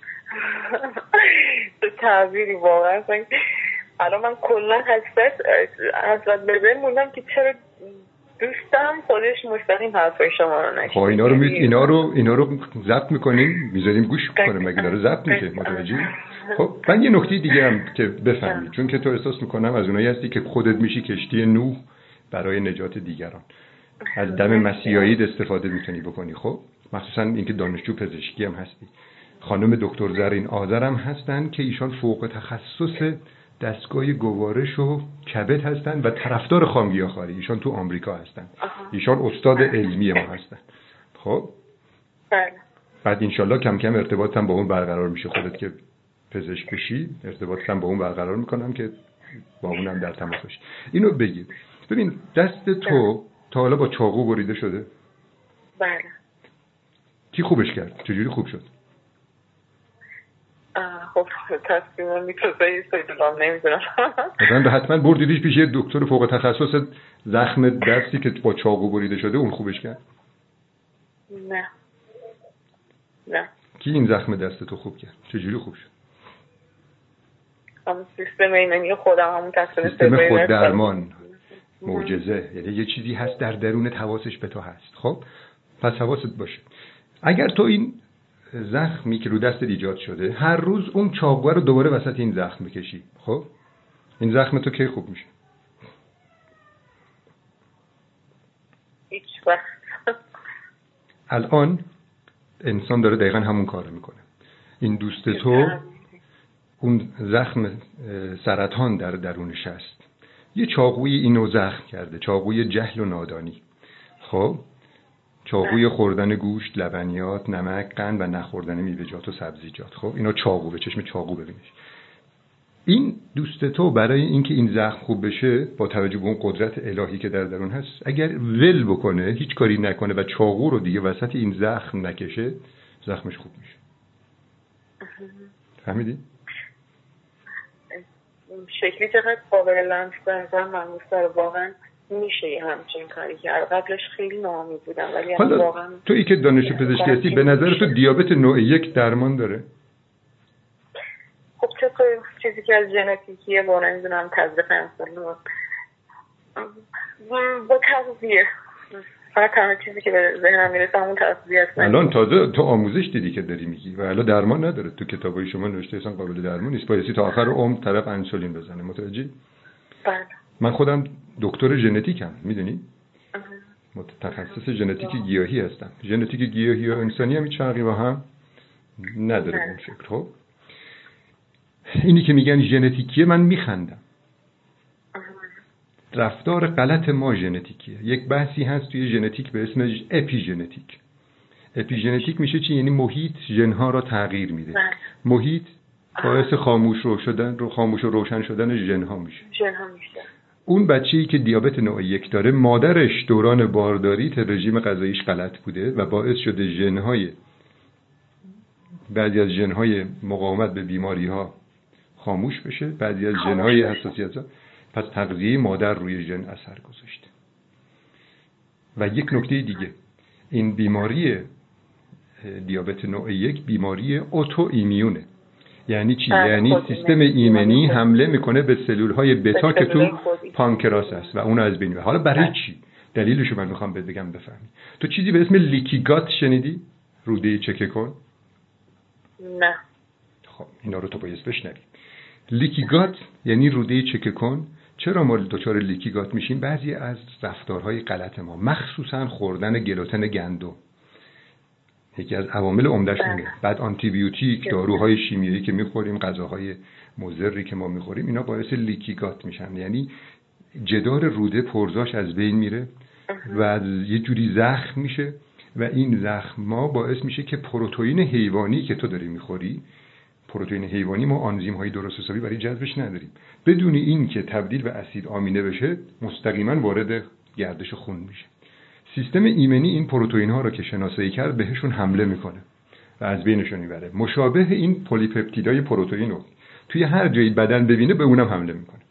تو تعبیری واقعا الان من کلا حسرت حسرت به ذهن موندم که چرا دوستم خودش مستقیم حرفای شما رو نشنید. خب اینا رو می... اینا رو اینا رو ضبط میکنیم میذاریم گوش کنیم، مگه اینا رو ضبط میشه؟ متوجهی؟ خب من یه نکته دیگه هم که بفهمی، چون که تو احساس میکنم از اونایی هستی که خودت میشی کشتی نوح برای نجات دیگران. از دم مسیحایی استفاده میتونی بکنی. خب مخصوصا اینکه دانشجو پزشکی هم هستی. خانم دکتر زرین آذر هم هستن که ایشان فوق تخصص دستگاه گوارش و کبد هستن و طرفدار خامگیاخواری. ایشان تو آمریکا هستن. ایشان استاد علمی ما هستن. خب بله. بعد انشالله کم کم ارتباط هم با اون برقرار میشه. خودت که پزشک بشی ارتباط هم با اون برقرار میکنم که با اونم در تماس باشی. اینو بگید. ببین دست تو تا حالا با چاقو بریده شده؟ بله. کی خوبش کرد؟ چجوری خوب شد؟ خب تصمیم میتوزه سیدلام نمیدونم. مثلا حتما بردیدیش پیش یه دکتر فوق تخصص زخم دستی که با چاقو بریده شده اون خوبش کرد؟ نه نه. کی این زخم دست تو خوب کرد؟ چجوری خوب شد؟ همون سیستم ایمنی خودم، همون تصمیم سیستم خود درمان معجزه. یعنی یه چیزی هست در درون حواسش به تو هست. خب پس حواست باشه اگر تو این زخمی که رو دست ایجاد شده هر روز اون چاقو رو دوباره وسط این زخم بکشی، خب این زخم تو کی خوب میشه؟ هیچ وقت. الان انسان داره دقیقا همون کارو میکنه. این دوست تو اون زخم سرطان در درونش هست، یه چاقوی اینو زخم کرده، چاقوی جهل و نادانی. خب چاقوی خوردن گوشت، لبنیات، نمک، قند و نخوردن میوه‌جات و سبزیجات. خب اینا چاقو، به چشم چاقو ببینیش. این دوست تو برای اینکه این زخم خوب بشه با توجه به اون قدرت الهی که در درون هست اگر ول بکنه، هیچ کاری نکنه و چاقو رو دیگه وسط این زخم نکشه، زخمش خوب میشه. فهمیدی؟ شکلی چقدر قابل لمس بنظرم من مستر واقعا میشه همچین کاری کرد. قبلش خیلی ناامید بودم ولی حالا واقعا تو ای که دانش پزشکی هستی به نظر تو دیابت نوع یک درمان داره؟ خب چه چیزی که از ژنتیکیه با نمیدونم تزریق انسولین با تغذیه، فقط تنها چیزی که به ذهنم میرسه همون تغذیه است. الان تازه تو آموزش دیدی که داری میگی و الان درمان نداره. تو کتابای شما نوشته اصلا قابل درمان نیست، بایستی تا آخر عمر طرف انسولین بزنه. متوجهی؟ بله. من خودم دکتر ژنتیکم، میدونی؟ متخصص ژنتیک گیاهی هستم. ژنتیک گیاهی و انسانی هم هیچ فرقی با هم نداره اون شکل. خب اینی که میگن ژنتیکیه من میخندم. رفتار غلط ما ژنتیکیه. یک بحثی هست توی ژنتیک به اسم اپی ژنتیک. اپی ژنتیک میشه چی؟ یعنی محیط ژن‌ها رو تغییر میده. محیط باعث خاموش رو شدن رو خاموش و روشن شدن ژن‌ها میشه. ژن‌ها میشه. اون بچه‌ای که دیابت نوع یک داره مادرش دوران بارداری رژیم غذاییش غلط بوده و باعث شده ژن‌های بعضی از ژن‌های مقاومت به بیماری‌ها خاموش بشه، بعضی از ژن‌های حساسیت‌ها. پس تغذیه مادر روی ژن اثر گذاشته. و یک نکته دیگه، این بیماری دیابت نوع یک بیماری اوتو ایمیونه. یعنی چی؟ یعنی سیستم ایمنی حمله میکنه به سلول‌های بتا که تو پانکراس هست و اون از بین میبره. حالا برای چی؟ دلیلشو من میخوام بهت بگم بفهمی. تو چیزی به اسم لیکی گات شنیدی؟ روده چکه کن؟ نه. خب اینا رو تو باید بشنوی. لیکی گات یعنی روده چکه کن. چرا ما دچار لیکی گات میشیم؟ بعضی از رفتارهای غلط ما، مخصوصا خوردن گلوتن گندم، یکی از عوامل عمده‌اش اینه. بعد آنتی بیوتیک، داروهای شیمیایی که میخوریم، غذاهای مضری که ما میخوریم، اینا باعث لیکی گات میشن. یعنی جدار روده پرزاش از بین میره و از یه جوری زخم میشه و این زخم ما باعث میشه که پروتئین حیوانی که تو داری میخوری، پروتئین حیوانی ما آنزیم‌های درست حسابی برای جذبش نداریم. بدون این که تبدیل به اسید آمینه بشه، مستقیما وارد گردش خون میشه. سیستم ایمنی این پروتئین‌ها رو که شناسایی کرد بهشون حمله میکنه و از بینشون میبره. مشابه این پلی‌پپتیدهای پروتئین رو توی هر جایی بدن ببینه به اونم حمله میکنه.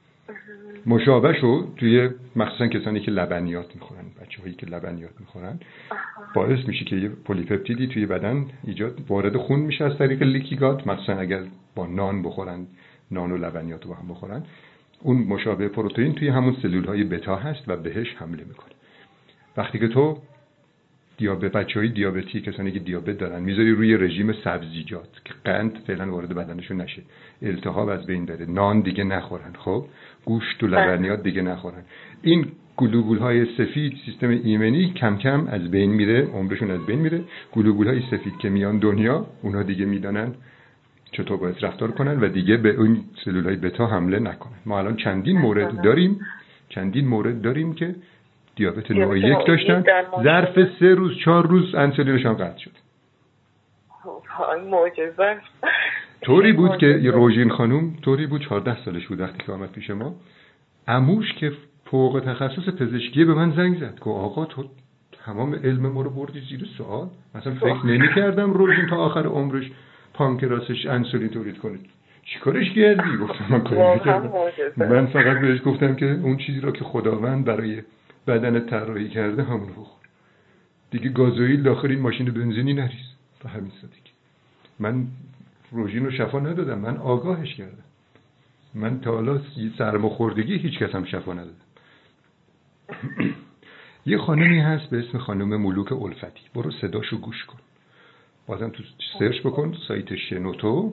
مشابه شو توی مخصوصا کسانی که لبنیات میخورن، بچه‌هایی که لبنیات میخورن، باعث میشه که یه پلی‌پپتیدی توی بدن ایجاد وارد خون میشه از طریق لیکی گات، مخصوصا اگر با نان بخورن، نان و لبنیات رو با هم بخورن. اون مشابه پروتئین توی همون سلول‌های بتا هست و بهش حمله میکنه. وقتی که تو دیابت، بچه‌های دیابتی، کسانی که دیابت دارن، میذاری روی رژیم سبزیجات که قند فعلا وارد بدنشون نشه، التهاب از بین بره، نان دیگه نخورن، خب گوشت و لبنیات دیگه نخورن، این گلوبول‌های سفید سیستم ایمنی کم کم از بین میره، عمرشون از بین میره. گلوبول‌های سفید که میان دنیا، اونها دیگه میدانن چطور باید رفتار کنن و دیگه به اون سلولای بتا حمله نکنن. ما الان چندین مورد داریم چندین مورد داریم که دیابت نوع یک داشتن، ظرف سه روز چهار روز انسولینشون قطع شد. معجزه. طوری بود که یه روژین خانم طوری بود، چهارده سالش بود وقتی که آمد پیش ما، عموش که فوق تخصص پزشکی به من زنگ زد که آقا تو تمام علم ما رو بردی زیر سوال، مثلا فکر نمی کردم روژین تا آخر عمرش پانکراسش انسولین تولید کنه. چیکارش کردی؟ گفتم من کاری نکردم، من فقط بهش گفتم که اون چیزی را که خداوند برای بدن طراحی کرده همون رو بخور دیگه، گازوئیل داخل این ماشین بنزینی نریز. به همین سادگی. من روژین رو شفا ندادم، من آگاهش کردم. من تا حالا سرماخوردگی هیچ کس هم شفا ندادم. یه خانمی هست به اسم خانم ملوک الفتی، برو صداشو گوش کن، بازم تو سرچ بکن سایت شنوتو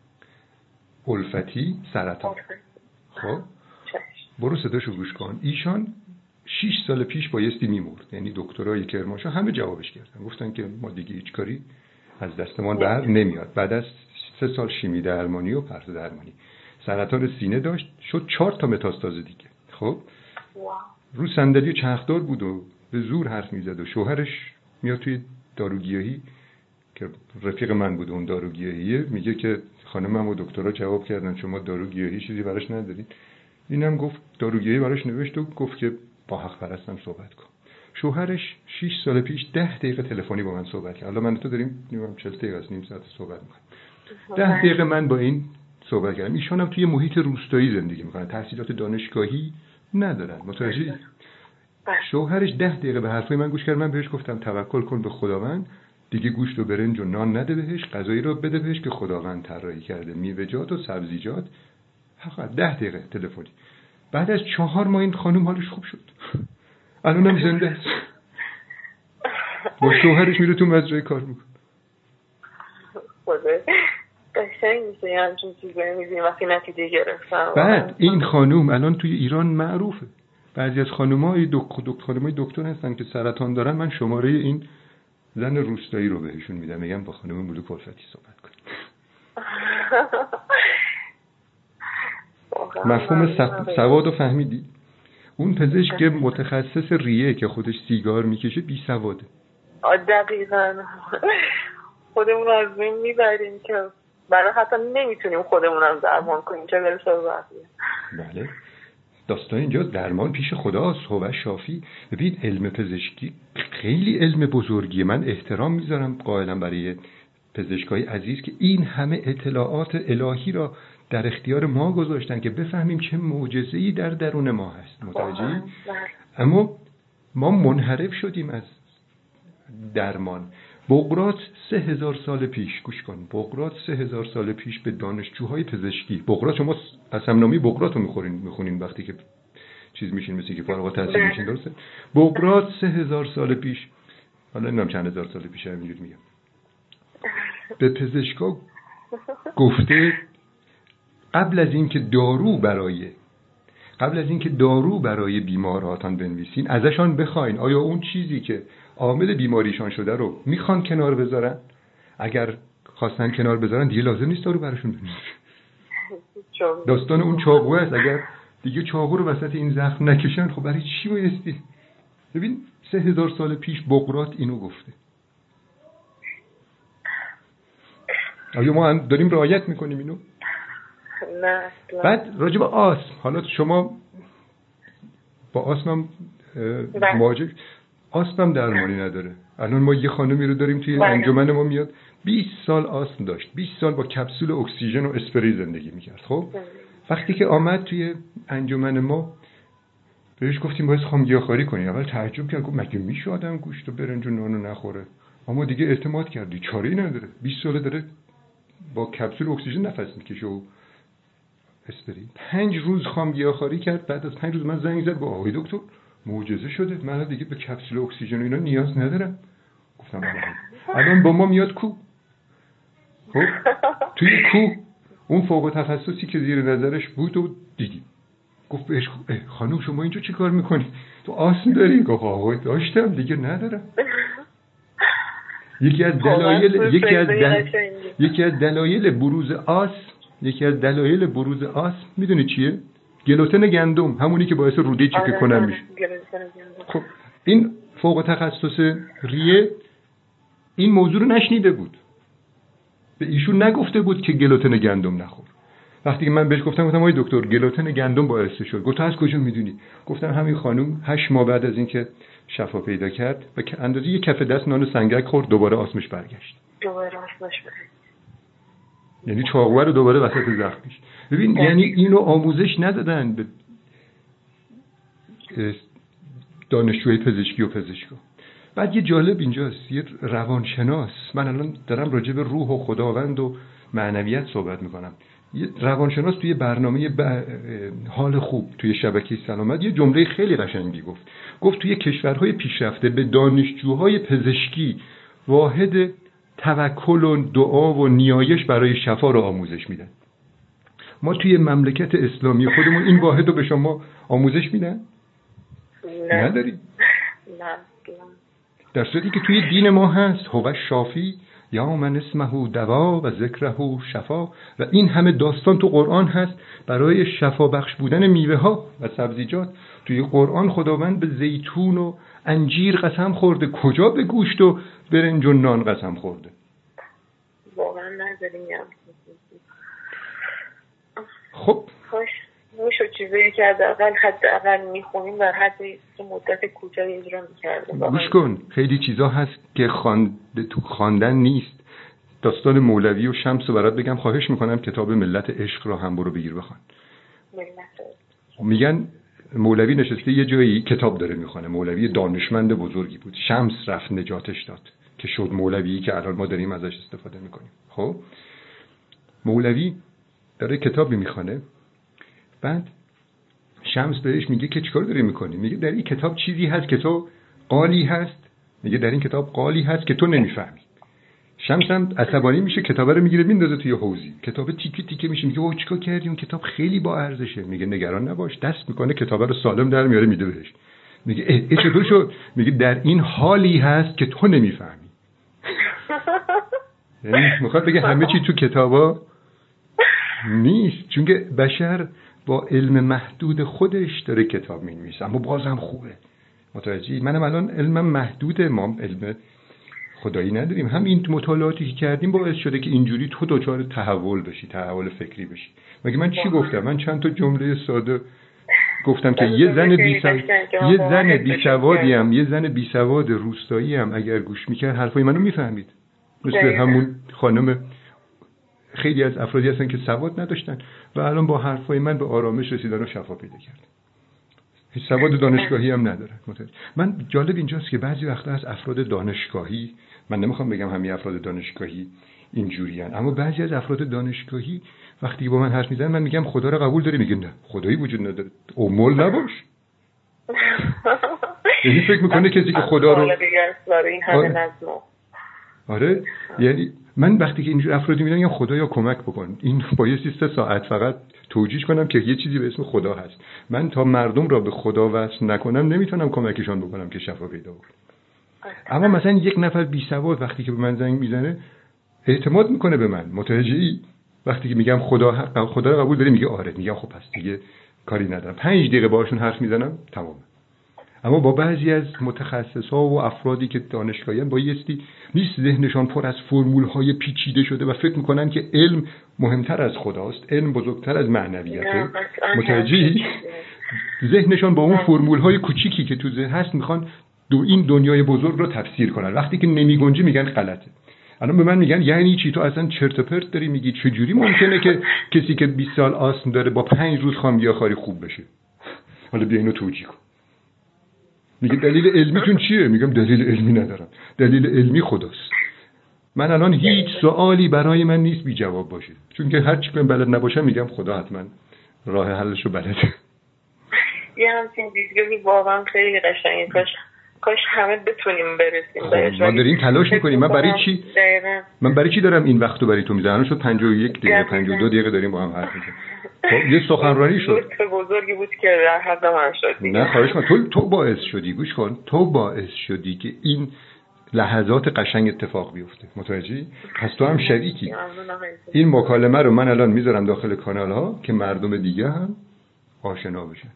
الفتی سرطان. خب برو صداشو گوش کن. ایشان شش سال پیش بایستی میمرد، یعنی دکترای کرمانشاه همه جوابش کردن، گفتن که ما دیگه هیچ کاری از دستمان بر نمیاد. بعد از سه سال شیمی درمانی و پرتو درمانی سرطان سینه داشت، شد چهار تا متاستاز دیگه. خب رو صندلی چرخدار بود و به زور حرف میزد و شوهرش میاد توی داروگیاهی که رفیق من بود اون داروگیاهیه، میگه که خانمم و دکترها جواب کردن شما داروگیاهی چیزی براش ندارین. اینم گفت داروگیاهی براش نوشت و گفت که با حق پرستم صحبت کن. شوهرش شش سال پیش ده دقیقه تلفنی با من صحبت کرد. حالا من تو داریم نیم چهل دقیقه است، نیم ساعت صحبت می‌کنیم. ده دقیقه من با این صحبت کردم. ایشون هم توی محیط روستایی زندگی می‌کنن، تحصیلات دانشگاهی ندارن. متوجهی؟ شوهرش ده دقیقه به حرفای من گوش کرد. من بهش گفتم توکل کن به خداوند، دیگه گوشت و برنج و نان نده بهش، غذایی رو بده بهش که خداوند طراحی کرده، میوه‌جات و سبزیجات. فقط ده دقیقه تلفنی. بعد از چهار ماه این خانم حالش خوب شد. الانم زنده است. با شوهرش میره تو مزرعه کار میکنه. خدا قشنگ میشه یه همچین چیزی میبینیم وقتی نتیجه گرفتم. بعد این خانم الان توی ایران معروفه. بعضی از خانم‌های دکتر دکتر خانم‌های دکتر هستن که سرطان دارن، من شماره این زن روستایی رو بهشون میدم، میگم با خانم ملوک الفتی صحبت کنید. مفهوم سواد رو فهمیدی؟ اون پزشک متخصص ریه که خودش سیگار میکشه بی سواده. دقیقاً. خودمون از بین میبریم که برای حتی نمیتونیم خودمون هم درمان کنیم، چه برسه به بقیه. بله. داستان اینجا درمان پیش خداست، هو شافی. ببین علم پزشکی خیلی علم بزرگیه. من احترام میذارم قائلم برای پزشکای عزیز که این همه اطلاعات الهی را در اختیار ما گذاشتن که بفهمیم چه معجزه‌ای در درون ما هست. متوجهی؟ اما ما منحرف شدیم از درمان. بقراط سه هزار سال پیش، گوش کن، بقراط سه هزار سال پیش به دانشجوهای پزشکی، بقراط شما قسمنامه بقراط رو میخورین میخونین وقتی که چیز میشین، مثل که فارغ التحصیل میشین، درسته؟ بقراط سه هزار سال پیش، حالا نمیدونم چند هزار سال پیش همینجوری میگم، به پزشکا گفته قبل از اینکه دارو برای قبل از اینکه دارو برای بیماراتان بنویسین، ازشان بخواین آیا اون چیزی که عامل بیماریشان شده رو میخوان کنار بذارن؟ اگر خواستن کنار بذارن دیگه لازم نیست دارو براشون بنویسین. داستان اون چاقو است، اگر دیگه چاقو رو وسط این زخم نکشن خب برای چی بایستی؟ ببین سه هزار سال پیش بقراط اینو گفته. آیا ما داریم رعایت میکنیم اینو؟ نه. بعد راجع به آسم، حالا شما با آسمم مواجه، آسمم درمانی نداره. الان ما یه خانمی رو داریم توی انجمن ما میاد بیست سال آسم داشت، بیست سال با کپسول اکسیژن و اسپری زندگی میکرد. خب وقتی که آمد توی انجمن ما بهش گفتیم باید خام گیاهخواری کنی. اول تعجب کرد، گفت مگه میشه آدم گوشت و برنج و نانو نخوره؟ اما دیگه اعتماد کردی، چاره‌ای نداره، بیست سال داره با کپسول اکسیژن نفس میکشه و اسپری. پنج روز خام گیاهخواری کرد. بعد از پنج روز من زنگ زد، گفت آقای دکتر معجزه شده، من دیگه به کپسول اکسیژن و اینا نیاز ندارم. گفتم الان با ما میاد کو. خب توی کو اون فوق تخصصی که زیر نظرش بود و دیدیم. گفت بهش خانم شما اینجا چی کار میکنی؟ تو آسم داری؟ گفت آقای داشتم دیگه ندارم. یکی از دلایل یکی از دل... یکی از دلایل بروز آس یکی از دلایل بروز آس میدونی چیه؟ گلوتن گندم، همونی که باعث روده چیکه کنن میشه. خب این فوق تخصص ریه این موضوع رو نشنیده بود، به ایشون نگفته بود که گلوتن گندم نخور. وقتی که من بهش گفتم گفتم آقای دکتر گلوتن گندم باعث شد، گفت از کجا میدونی؟ گفتم همین خانم هشت ماه بعد از اینکه شفا پیدا کرد و که اندازه یک کف دست نان سنگک خورد دوباره آسمش برگشت. دوباره آسمش برگشت. یعنی چاقو رو دوباره وسط زخمش. ببین یعنی اینو آموزش ندادن به دانشجوی پزشکی و پزشکا. بعد یه جالب اینجاست، یه روانشناس، من الان دارم راجع به روح و خداوند و معنویت صحبت میکنم، یه روانشناس توی برنامه ب... حال خوب توی شبکه سلامت یه جمله خیلی قشنگی گفت. گفت توی کشورهای پیشرفته به دانشجوهای پزشکی واحد توکل و دعا و نیایش برای شفا رو آموزش میدن. ما توی مملکت اسلامی خودمون این واحد رو به شما آموزش میدن؟ نه. نداریم. نه. در صورتی که توی دین ما هست هو شافی یا من اسمه دوا و ذکره شفا، و این همه داستان تو قرآن هست برای شفا بخش بودن میوه ها و سبزیجات. توی قرآن خداوند به زیتون و انجیر قسم خورده، کجا به گوشت و برنج و نان قسم خورده؟ واقعا نداریم. خب کاش میشه چیزایی که حداقل حداقل میخونیم در حد مدت کوتاهی اجرا میکردیم. گوش کن، خیلی چیزا هست که خوانده تو خواندن نیست. داستان مولوی و شمس رو برات بگم، خواهش میکنم کتاب ملت عشق رو هم برو بگیر بخوان. میگن مولوی نشسته یه جایی کتاب داره میخونه، مولوی دانشمند بزرگی بود، شمس رفت نجاتش داد که شد مولوی که الان ما داریم ازش استفاده میکنیم. خب مولوی داره کتابی میخونه، بعد شمس بهش میگه که چیکار داری میکنی؟ میگه در این کتاب چیزی هست که تو قالی هست، میگه در این کتاب قالی هست که تو نمیفهمی. شمس هم عصبانی میشه، کتاب رو میگیره میندازه توی حوضی، کتاب تیکه تیکه میشه. میگه اوه چیکار کردی؟ اون کتاب خیلی با ارزشه. میگه نگران نباش. دست میکنه کتاب رو سالم در میاره میده بهش. میگه اه اه چطور شد؟ میگه در این حالی هست که تو نمیفهمی. یعنی میخواد بگه همه چی تو کتابا نیست، چون که بشر با علم محدود خودش داره کتاب می‌نویسه، اما بازم خوبه. متوجهی؟ منم الان علمم محدوده، ما علم خدایی نداریم. هم این مطالعاتی که کردیم باعث شده که اینجوری تو دچار تحول بشی، تحول فکری بشی. مگه من چی گفتم؟ من چند تا جمله ساده گفتم که یه زن بی سواد یه زن بی سوادی ام یه زن بی سواد روستایی ام اگر گوش می‌کرد حرفای منو میفهمید. مثل همون خانم، خیلی از افرادی هستن که سواد نداشتن و الان با حرفای من به آرامش رسیدن و شفا پیدا کردن. هیچ سواد دانشگاهی هم ندارن. من جالب اینجاست که بعضی وقتا از افراد دانشگاهی، من نمیخوام بگم همه افراد دانشگاهی اینجوریان، اما بعضی از افراد دانشگاهی وقتی که با من حرف میزنن من میگم خدا رو قبول داری؟ میگن نه خدایی وجود نداره. اومول نباش. یعنی فکر میکنه کسی که خدا رو آره، یعنی من وقتی که اینجور افرادی میبینم میگم خدایا کمک بکن، این بایستی سه ساعت فقط توجیه کنم که یه چیزی به اسم خدا هست. من تا مردم را به خدا وصل نکنم نمیتونم کمکشان بکنم که شفا پیدا کنه. اما مثلا یک نفر بی سواد وقتی که به من زنگ میزنه اعتماد میکنه به من. متوجهی؟ وقتی که میگم خدا خدا رو قبول داری میگه آره، میگم خب پس دیگه کاری ندارم. پنج دقیقه باهاشون حرف میزنم تمام. اما با بعضی از متخصصا و افرادی که دانشگاهیان بایستی نیست ذهنشان پر از فرمول‌های پیچیده شده و فکر میکنن که علم مهمتر از خداست، علم بزرگتر از معنویته. متوجهی؟ ذهنشان با اون فرمول‌های کوچیکی که تو ذهن هست میخوان دو این دنیای بزرگ رو تفسیر کنن. وقتی که نمیگنجه میگن غلطه. الان به من میگن یعنی چی تو اصلا چرت و پرت داری میگی؟ چجوری ممکنه که کسی که بیست سال آسم داره با پنج روز خامگیاخواری خوب بشه؟ حالا بیا اینو توجیه کن. میگه دلیل علمیتون چیه؟ میگم دلیل علمی ندارم، دلیل علمی خداست. من الان هیچ سوالی برای من نیست بی جواب باشه، چون که هر چی که بلد نباشم میگم خدا حتما راه حلش رو بلده. یه همچین دیدگاهی واقعا خیلی قشنگه. کاش کاش همه بتونیم برسیم بهش. ما داریم تلاش میکنیم. من برای چی دقیقا. من برای چی دارم این وقتو برای تو میذارم؟ شد پنجاه و یک دقیقه پنجاه و دو دقیقه داریم با هم حرف میزنیم. خب یه سخنرانی شد. لطف بزرگی بود که در حد من شد. نه خواهش می‌کنم، تو تو باعث شدی. گوش کن، تو باعث شدی که این لحظات قشنگ اتفاق بیفته. متوجهی؟ پس تو هم شریکی. این مکالمه رو من الان میذارم داخل کانال ها که مردم دیگه هم آشنا بشن.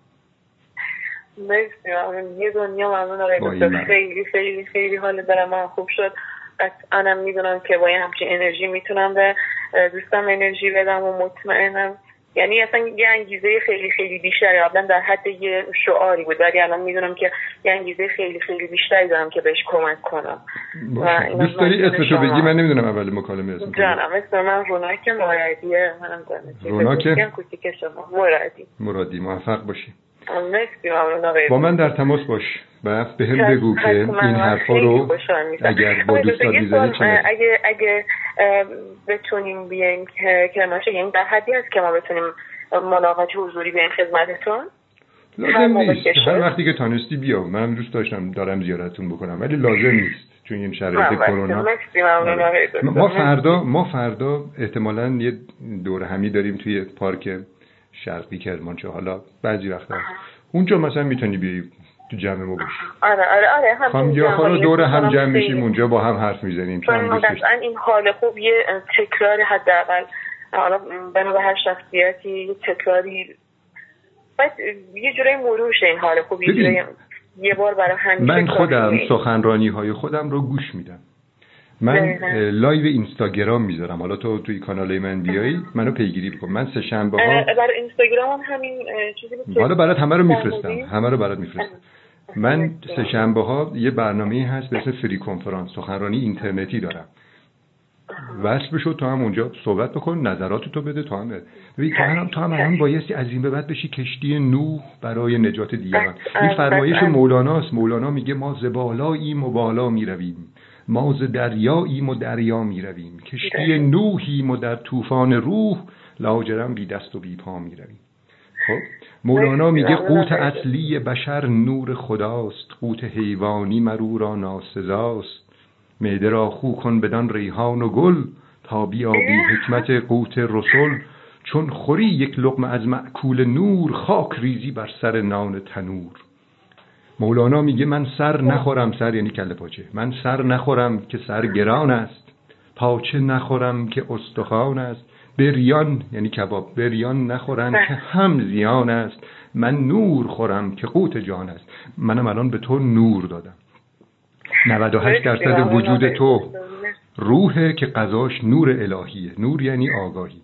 مرسی. یه دنیا ممنون آقای دکتر. خیلی خیلی خیلی حال دلم من خوب شد. قطعاً میدونم که با یه همچین انرژی میتونم به دوستم انرژی بدم و مطمئنم، یعنی اصلا یه انگیزه خیلی خیلی بیشتری، قبلا در حد یه شعاری بود ولی الان میدونم که یه انگیزه خیلی خیلی بیشتری دارم که بهش کمک کنم. دوست داری اسمشو بگی؟ من نمیدونم اول مکالمه اسمشو. جانم اسم من روناک مرادیه. منم دانشجوی روناک کوچیک شما. مرادی. مرادی موفق باشی. مرسی ممنون آقای. با من در تماس باش و به هم بگو که این حرفا رو اگر با دوستات میزنی چی اگه اگه بتونیم بیایم که که ماشه، یعنی در حدی هست که ما بتونیم ملاقات حضوری بیایم خدمتتون؟ لازم نیست. هر وقتی که تانستی بیا. من دوست داشتم دارم زیارتتون بکنم ولی لازم نیست چون این شرایط کرونا. ما فردا ما فردا احتمالاً یه دور همی داریم توی پارک شرقی کرمانشاه. حالا بعضی وقتا اونجا مثلا میتونی بیای تو جمع ما باشی. آره آره آره هم خانم گیاخوار دور هم جمع میشیم اونجا با هم حرف میزنیم. چون مثلا این حال خوب یه تکرار حداقل حالا بنا به هر شخصیتی یه تکراری بعد یه جوری مرور شه این حال خوب یه جوری یه بار برای همیشه. من خودم سخنرانی های خودم رو گوش میدم. من لایو اینستاگرام میذارم. حالا تو توی کانال من بیایی منو پیگیری بکن. من سه شنبه ها برای اینستاگرام همین چیزی بود. حالا برات همه رو میفرستم. همه رو برات میفرستم. من سه شنبه ها یه برنامه‌ای هست به اسم فری کنفرانس، سخنرانی اینترنتی دارم. وصل بشو تو هم اونجا صحبت بکن، نظراتتو بده. تو هم ببین تو هم تو هم الان بایستی از این به بعد بشی کشتی نوح برای نجات دیگران. این فرمایش مولاناست. مولانا میگه ما ز بالاییم و بالا میرویم، ما ز دریاییم و دریا میرویم، کشتی نوحیم و در طوفان روح لاجرم بی دست و بی پا میرویم. خب مولانا میگه قوت اصلی بشر نور خداست، قوت حیوانی مرو را ناسزاست، معده را خو کن بدان ریحان و گل، تا بیابی حکمت قوت رسل، چون خوری یک لقمه از مأکول نور، خاک ریزی بر سر نان تنور. مولانا میگه من سر نخورم، سر یعنی کله پاچه، من سر نخورم که سر گران است، پاچه نخورم که استخوان است، بریان یعنی کباب، بریان نخورم که هم زیان است، من نور خورم که قوت جان است. منم الان به تو نور دادم. نود و هشت درصد وجود تو روحه که غذاش نور الهیه. نور یعنی آگاهی.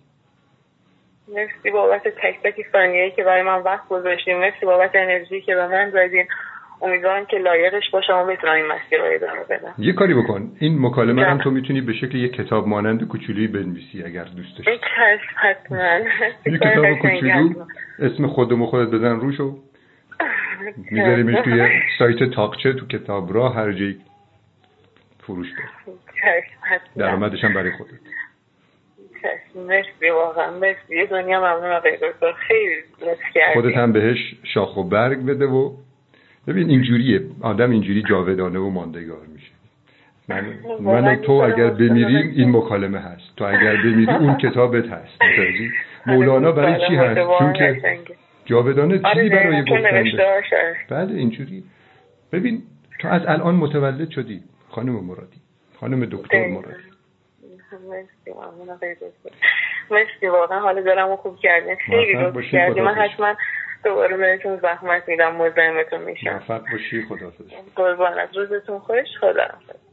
مرسی بابت تک تک ثانیه‌ای که برای من وقت گذاشتین. مرسی بابت انرژی که به من دادین. امیدوارم که لایقش باشم و بتونم این مسیر رو ادامه بدم. یه کاری بکن، این مکالمه هم تو میتونی به شکل یک کتاب مانند کوچولویی بنویسی اگر دوست داشتی. حتما. یه کتاب کوچولو اسم خودمو خودت بزن روشو. میذاریمش توی سایت تاقچه تو کتاب را هر جایی فروش داره. درآمدش هم برای خودت. مرسی واقعا مرسی. یه دنیا ممنون آقای دکتر. خیلی لطف کردی. خودت هم بهش شاخ و برگ بده و ببین اینجوریه آدم، اینجوری جاودانه و ماندگار میشه. من من و تو اگر بمیریم این مکالمه هست، تو اگر بمیری اون کتابت هست. متوجهی؟ مولانا برای چی هست؟ چون که جاودانه چیزی برای گفتن. بله اینجوری. ببین تو از الان متولد شدی خانم مرادی، خانم دکتر مرادی. مرسی ممنون آقای دکتر. مرسی واقعا حال دلمو خوب کردین. خیلی لطف کردین. من حتما دوباره بهتون زحمت میدم، مزاحمتون میشم. موفق باشی. خداحافظ. قربان از روزتون خوش. خدا حافظ.